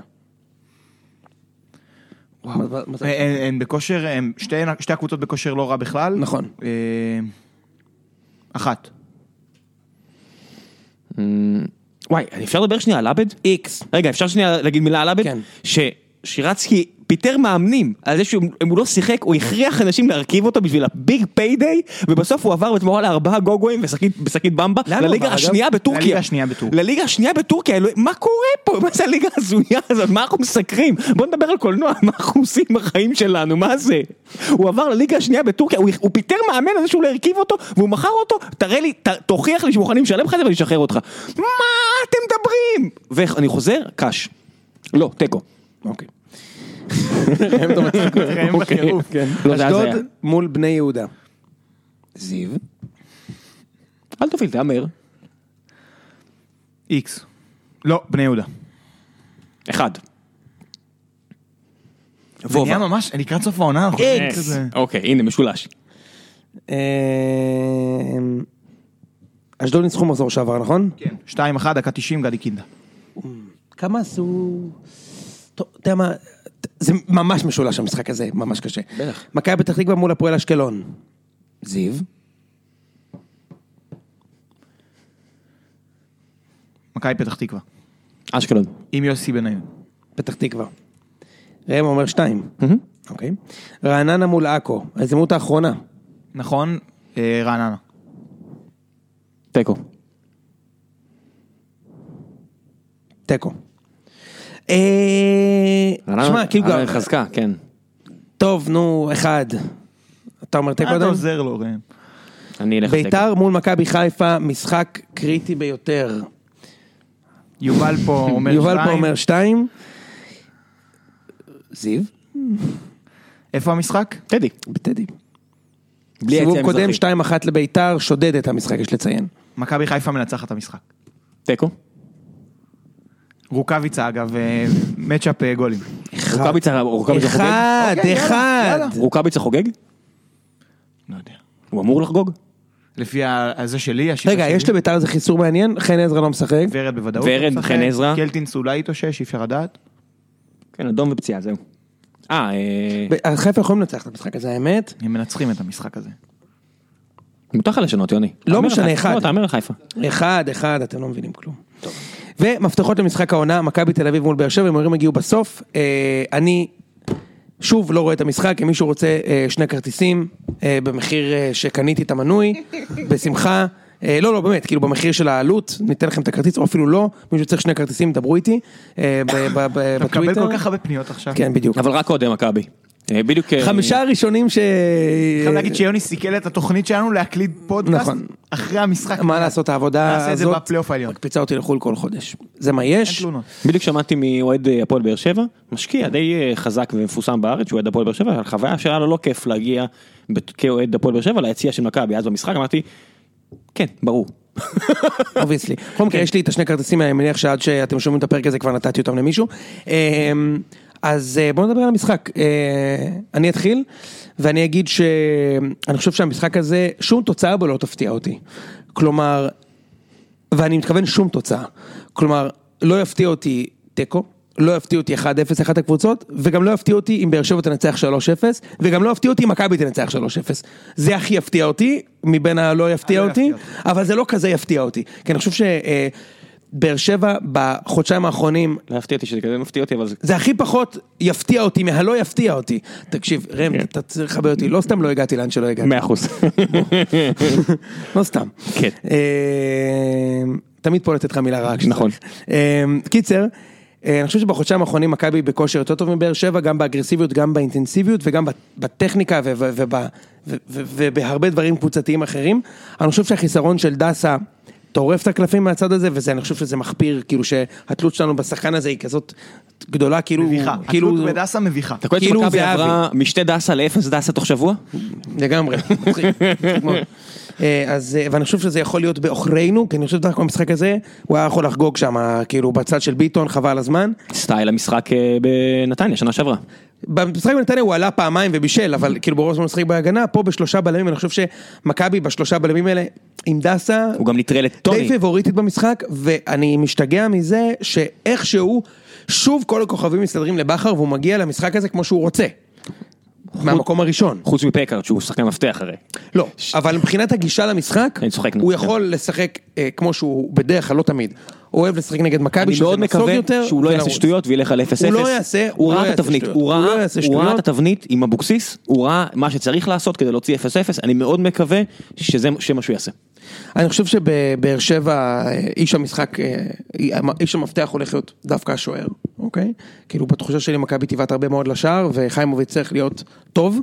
הן בכושר, שתי הקבוצות בכושר לא רע בכלל. נכון. 1. וואי, אפשר לדבר שנייה על עבד? איקס. רגע, אפשר שנייה להגיד מילה על עבד? כן. ששירצקי פיטר מאמנים על זה שהוא לא שיחק, הוא הכריח אנשים להרכיב אותו בשביל הביג פיידיי, ובסוף הוא עבר בתמורה ל4 גוגויים ושקית במבה לליגה השנייה בטורקיה. לליגה השנייה בטורקיה. מה קורה פה? מה זה הליגה הזויה הזאת? מה אנחנו מסקרים? בוא נדבר על קולנוע, מה אנחנו עושים בחיים שלנו? מה זה? הוא עבר לליגה השנייה בטורקיה, הוא פיטר מאמן על זה שהוא לא הרכיב אותו, והוא מכר אותו, תראה לי, תוכיח לי שמוכנים לשלם לך את זה ולשחרר אותך. מה אתם מדברים? ואני חוזר, קש. לא, טקו. אוקיי. אשדוד מול בני יהודה. זיו. אל תוביל, תאמר. איקס. לא, בני יהודה. 1. זה נהיה ממש, לקראת סוף העונה. איקס. אוקיי, הנה, משולש. אשדוד ניצחו מחזור שעבר, נכון? כן. 2-1, דקה 90, גדי קינדה. כמה עשו... טוב, אתה יודע מה... זה ממש משולש המשחק הזה, ממש קשה. בטח. מכבי פתח תקווה מול הפועל אשקלון. זיו. מכבי פתח תקווה. אשקלון. עם יוסי בניון. פתח תקווה. ראם אומר 2. אוקיי. רעננה מול עכו. ההזדמנות האחרונה. נכון, רעננה. טקו. טקו. שמע, כאילו גם... חזקה, כן. טוב, נו, 1. אתה אומר טקו? אתה עוזר לו, ראם. אני אלך טקו. ביתר מול מכבי חיפה, משחק קריטי ביותר. יובל פה אומר 2. זיו? איפה המשחק? טדי. בטדי. בלי סיבוב היציאה קודם המזרחית. 2-1 לביתר, שודד את המשחק, יש לציין. מכבי חיפה מנצחת את המשחק. טקו. רוקאביצה אגב, מצ'אפ גולים. רוקאביצה חוגג? אחד. רוקאביצה חוגג? לא יודע. הוא אמור לחגוג? לפי זה שלי, רגע, יש לביתר איזה חיסור מעניין, חן עזרא לא משחק. ורד בוודאות. ורד, חן עזרא. קלטינס אולי יתאושש, אי אפשר לדעת. כן, אדום ופציעה, זהו. חיפה יכולים לנצח את המשחק הזה, האמת. הם מנצחים את המשחק הזה. מותר לך לשנות, יוני. לא משנה, אחד. לא, תאמר לחיפה. אחד, אתם לא מבינים כלום. ומפתחות למשחק העונה, מכבי תל אביב מול באר שבע, הם הגיעו בסוף. אני שוב לא רואה את המשחק, אם מישהו רוצה 2 כרטיסים, במחיר שקניתי את המנוי, בשמחה. לא, באמת, כאילו במחיר של העלות, ניתן לכם את הכרטיס, או אפילו לא, מישהו צריך 2 כרטיסים, דברו איתי, בטוויטר. אתה מקבל כל כך הרבה פניות עכשיו. כן, בדיוק. אבל רק קודם, מכבי. בדיוק... 5 הראשונים חייב להגיד שיוני סיכל את התוכנית שלנו להקליד פודקאסט אחרי המשחק. מה לעשות, העבודה הזאת, נעשה את זה בפלייאוף העליון. מקפיצה אותי לחול כל חודש. זה מה יש. בדיוק שמעתי מאוהד הפועל באר שבע, משקיע די חזק ומפורסם בארץ, שהוא אוהד הפועל באר שבע, החוויה שלה לא כיף להגיע כאוהד הפועל באר שבע ליציע של מכבי, אז במשחק אמרתי, כן, ברור. אובייסלי. בכל מקרה, יש לי את 2 כרטיסים, אני מניח שעד שאתם שומעים את הפרק הזה כבר נתתי אותם למישהו. אז בואו נדבר על המשחק. אני אתחיל, ואני אגיד שאני חושב שהמשחק הזה, שום תוצאה בו לא תפתיע אותי. כלומר, ואני מתכוון שום תוצאה. כלומר, לא יפתיע אותי טקו, לא יפתיע אותי 1-0 אחת הקבוצות, וגם לא יפתיע אותי אם באר שבע תנצח 3-0, וגם לא יפתיע אותי אם מכבי תנצח 3-0. זה הכי יפתיע אותי, מבין הלא יפתיע אותי, אבל זה לא כזה יפתיע אותי. כי אני חושב באר שבע בחודשיים האחרונים לא יפתיע אותי שזה כזה מפתיע אותי, אבל זה הכי פחות יפתיע אותי מהלא יפתיע אותי. תקשיב, רם, אתה צריך לחבר אותי, לא סתם לא הגעתי לאן שלא הגעתי. 100%. לא סתם. כן. תמיד פה לתת לך מילה רעה. נכון. קיצר, אני חושב שבחודשיים האחרונים מכבי בכושר יותר טוב מבאר שבע, גם באגרסיביות, גם באינטנסיביות וגם בטכניקה ובהרבה דברים קבוצתיים אחרים. אני חושב שהחיסרון של דסה טורף את הקלפים מהצד הזה, וזה, אני חושב שזה מחפיר, כאילו שהתלות שלנו בשחקן הזה היא כזאת גדולה, כאילו... מביכה, התלות בדסה מביכה. אתה קורא שמכבי עברה משתי דסה ל0 דסה תוך שבוע? לגמרי. אז, ואני חושב שזה יכול להיות באוכרינו, כי אני חושב שדווקא במשחק הזה, הוא היה יכול לחגוג שם, כאילו בצד של ביטון, חבל הזמן. סטייל המשחק בנתניה, שנה שעברה. במשחק בנתניה הוא עלה פעמיים ובישל, אבל כאילו ברוב הזמן משחק בהגנה, פה ב3 בלמים, אני חושב שמכבי ב3 בלמים האלה, עם דסה, הוא גם נטרל את טוני. די פייבוריטית במשחק, ואני משתגע מזה, שאיכשהו, שוב כל הכוכבים מסתדרים לבחר, והוא מגיע למשחק הזה כמו שהוא רוצה. מהמקום הראשון. חוץ מפקארט, שהוא שחקן מפתח הרי. לא, אבל מבחינת הגישה למשחק, הוא יכול לשחק כמו שהוא בדרך כלל, לא תמיד. הוא אוהב לשחק נגד מכבי, אני מאוד מקווה שהוא לא יעשה שטויות וילך על 0-0. הוא לא יעשה, הוא ראה את התבנית, הוא ראה את התבנית עם אבוקסיס, הוא ראה מה שצריך לעשות כדי להוציא 0-0, אני מאוד מקווה שזה מה שהוא יעשה. אני חושב שבאר שבע, איש המשחק, איש המפתח הולך להיות דווקא השוער, אוקיי? כאילו בתחושה שלי מכבי טבעת הרבה מאוד לשער, וחיימוביץ' צריך להיות טוב,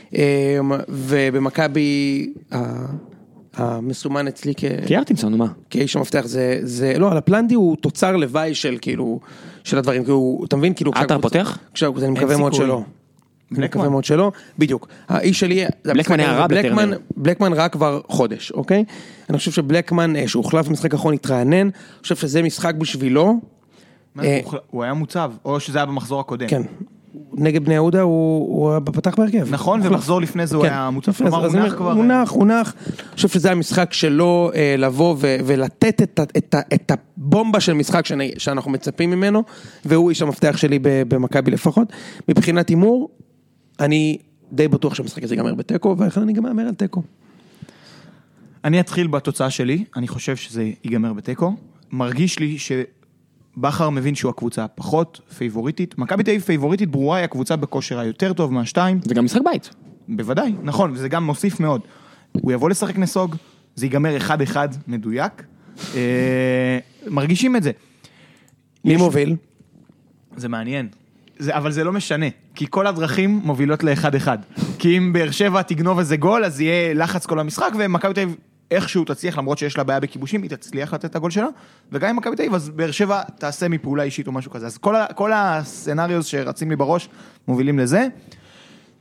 ובמכבי המסומן אצלי כארטינסון, מה? כאיש המפתח זה, לא, הפלנדי הוא תוצר לוואי של כאילו, של הדברים, כאילו, אתה מבין, כאילו, אתה פותח? אני מקווה מאוד שלא. אני מקווה מאוד שלא, בדיוק. האיש שלי, בלקמן היה רע בטרנר. בלקמן רע כבר חודש, אוקיי? אני חושב שבלקמן, שהוא הוחלף במשחק האחרון, התרענן, אני חושב שזה משחק בשבילו. הוא היה מוצב, או שזה היה במחזור הקודם. כן. נגד בני יהודה הוא פתח בהרכב. נכון, ומחזור לפני זה הוא היה מוצב. כלומר, הוא נח כבר. הוא נח. אני חושב שזה המשחק שלו לבוא ולתת את הבומבה של משחק שאנחנו מצפים ממנו, והוא איש המפתח שלי במכבי לפחות. מבחינת אימור, אני די בטוח שהמשחק הזה ייגמר בטקו, ואחר אני גם מאמר על טקו. אני אתחיל בתוצאה שלי, אני חושב שזה ייגמר בטקו. מרגיש לי שבחר מבין שהוא הקבוצה פחות פייבוריטית. מכבי תל אביב פייבוריטית ברורה, היא הקבוצה בכושר היותר טוב מהשתיים. זה גם משחק בית. בוודאי, נכון, וזה גם מוסיף מאוד. הוא יבוא לשחק נסוג, זה ייגמר 1-1 מדויק. מרגישים את זה. מי מוביל? זה מעניין. אבל זה לא משנה, כי כל הדרכים מובילות ל1-1. כי אם באר שבע תגנוב איזה גול, אז יהיה לחץ כל המשחק, ומכבי תל אביב איכשהו תצליח, למרות שיש לה בעיה בכיבושים, היא תצליח לתת את הגול שלה, וגם אם מכבי תל אביב, אז באר שבע תעשה מפעולה אישית או משהו כזה. אז כל הסצנריוס שרצים לי בראש, מובילים לזה.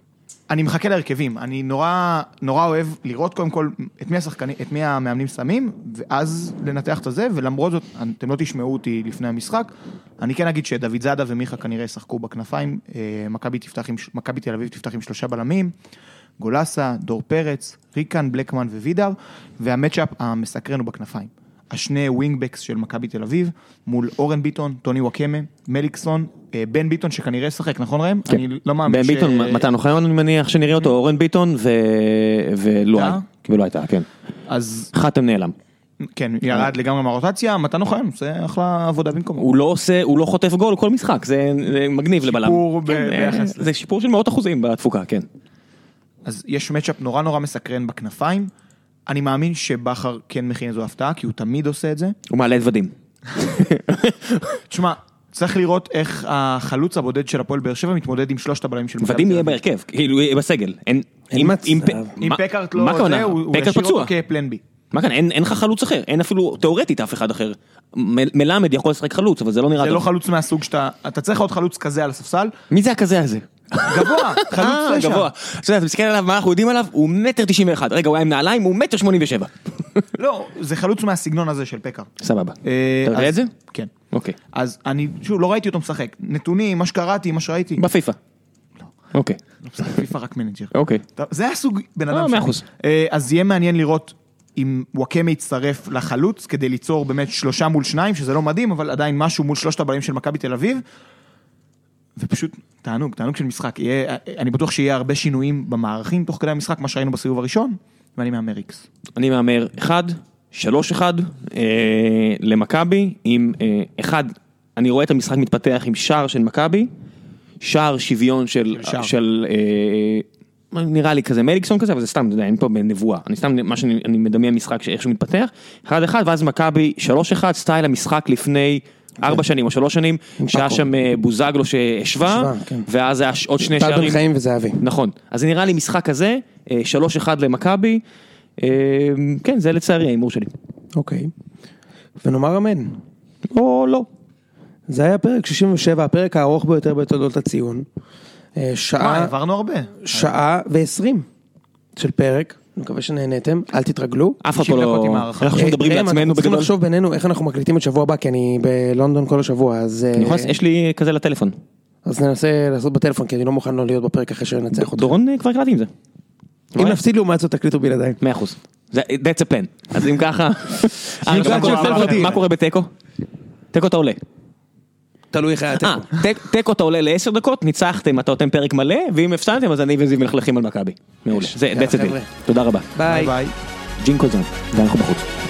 אני מחכה להרכבים, אני נורא אוהב לראות קודם כל את מי המאמנים שמים, ואז לנתח את זה, ולמרות זאת, אתם לא תשמעו אותי לפני המשחק, אני כן אגיד שדוד זאדה ומיכה כנראה ישחקו בכנפיים, מכבי תל אביב תפתח עם 3 בלמים, גולסה, דור פרץ, ריקן, בלקמן ווידר, והמאצ'אפ המסקרן הוא בכנפיים. השני ווינגבקס של מכבי תל אביב, מול אורן ביטון, טוני וואקמה, מליקסון, בן ביטון שכנראה ישחק, נכון ראם? כן. אני לא מאמין בן ביטון, מתן אוחיון אני מניח שנראה אותו, אורן ביטון ולואי, ולא הייתה, כן. אז... חתם נעלם. כן, ירד לגמרי מהרוטציה, מתן אוחיון, זה אחלה עבודה במקום. הוא לא חוטף גול כל משחק, זה מגניב לבלם. שיפור ביחס. זה שיפור של 100% בתפוקה, כן. אז יש מצ'אפ נורא מסקרן בכנפיים, אני מאמין שבחר כן מכין איזו הפתעה, כי הוא תמיד עושה את זה. הוא מעלה את ודים. תשמע, צריך לראות איך החלוץ הבודד של הפועל באר שבע מתמודד עם 3 הבלמים של מכבי. ודים יהיה בהרכב, כאילו יהיה בסגל. אם פקארט לא זה, הוא ישאיר אותו כפלן בי. מה כאן, אין לך חלוץ אחר, אין אפילו תיאורטית אף אחד אחר. מלמד יכול לשחק חלוץ, אבל זה לא נראה טוב. זה לא חלוץ מהסוג אתה צריך עוד חלוץ כזה על הספסל. מי זה הכזה הזה? גבוה, חלוץ תשע. גבוה. אתה מסתכל עליו, מה אנחנו יודעים עליו? הוא 1.91 מטר. רגע, הוא היה עם נעליים, הוא 1.87 מטר. לא, זה חלוץ מהסגנון הזה של פקארט. סבבה. אתה יודע את זה? כן. אוקיי. אז אני, שוב, לא ראיתי אותו משחק. נתונים, מה שקראתי, מה שראיתי. בפיפה. אוקיי. לא משחק פיפה, רק מנג'ר. אוקיי. זה הסוג בן אדם שלי. אז יהיה מעניין לראות אם וואקמה יצטרף לחלוץ, כדי ליצור באמת 3 מול 2, שזה לא מדהים, אבל עדיין משהו מול 3 הבלמים של מכבי תל אביב, ופשוט תענוג של משחק. אני בטוח שיהיה הרבה שינויים במערכים תוך כדי המשחק, מה שראינו בסיבוב הראשון, ואני מאמר איקס. אני מאמר 3-1 למכבי, עם 1, אני רואה את המשחק מתפתח עם שער של מכבי, שער שוויון של נראה לי כזה מליקסון כזה, אבל זה סתם, אין פה בנבואה, אני סתם, מה שאני מדמיין משחק שאיכשהו מתפתח, 1-1, ואז מכבי 3-1, סטייל המשחק לפני 4 שנים או 3 שנים, שהיה שם בוזגלו שהשווה, ואז היה עוד 2 שערים. טל בן חיים וזהבי. נכון, אז זה נראה לי משחק כזה, 3-1 למכבי, כן, זה לצערי האימור שלי. אוקיי, ונאמר אמן. או לא. זה היה פרק 67, הפרק הארוך ביותר בתולדות הציון. שעה, עברנו הרבה. שעה ו20 של פרק, אני מקווה שנהנתם, אל תתרגלו. אף אחד פה לא, אנחנו מדברים לעצמנו אנחנו צריכים בגדול. לחשוב בינינו איך אנחנו מקליטים את שבוע הבא, כי אני בלונדון כל השבוע, אז... יש לי כזה לטלפון. אז ננסה לעשות בטלפון, כי אני לא מוכן לא להיות בפרק אחרי שנצח אותו. דורון כבר קראתי עם זה. אם נפסיד לעומת זאת, תקליטו בלעדיי. 100%. That's a plan. אז אם ככה... מה קורה בטקו? טקו אתה עולה. תלוי איך היה טקו. טקו אתה עולה ל10 דקות, ניצחתם, אתה נותן פרק מלא, ואם הפסדתם, אז אני וזיו מלכלכים על מכבי. מעולה. זה that's a deal. תודה רבה. ביי. ביי. ג'ינקו זן, ואנחנו בחוץ.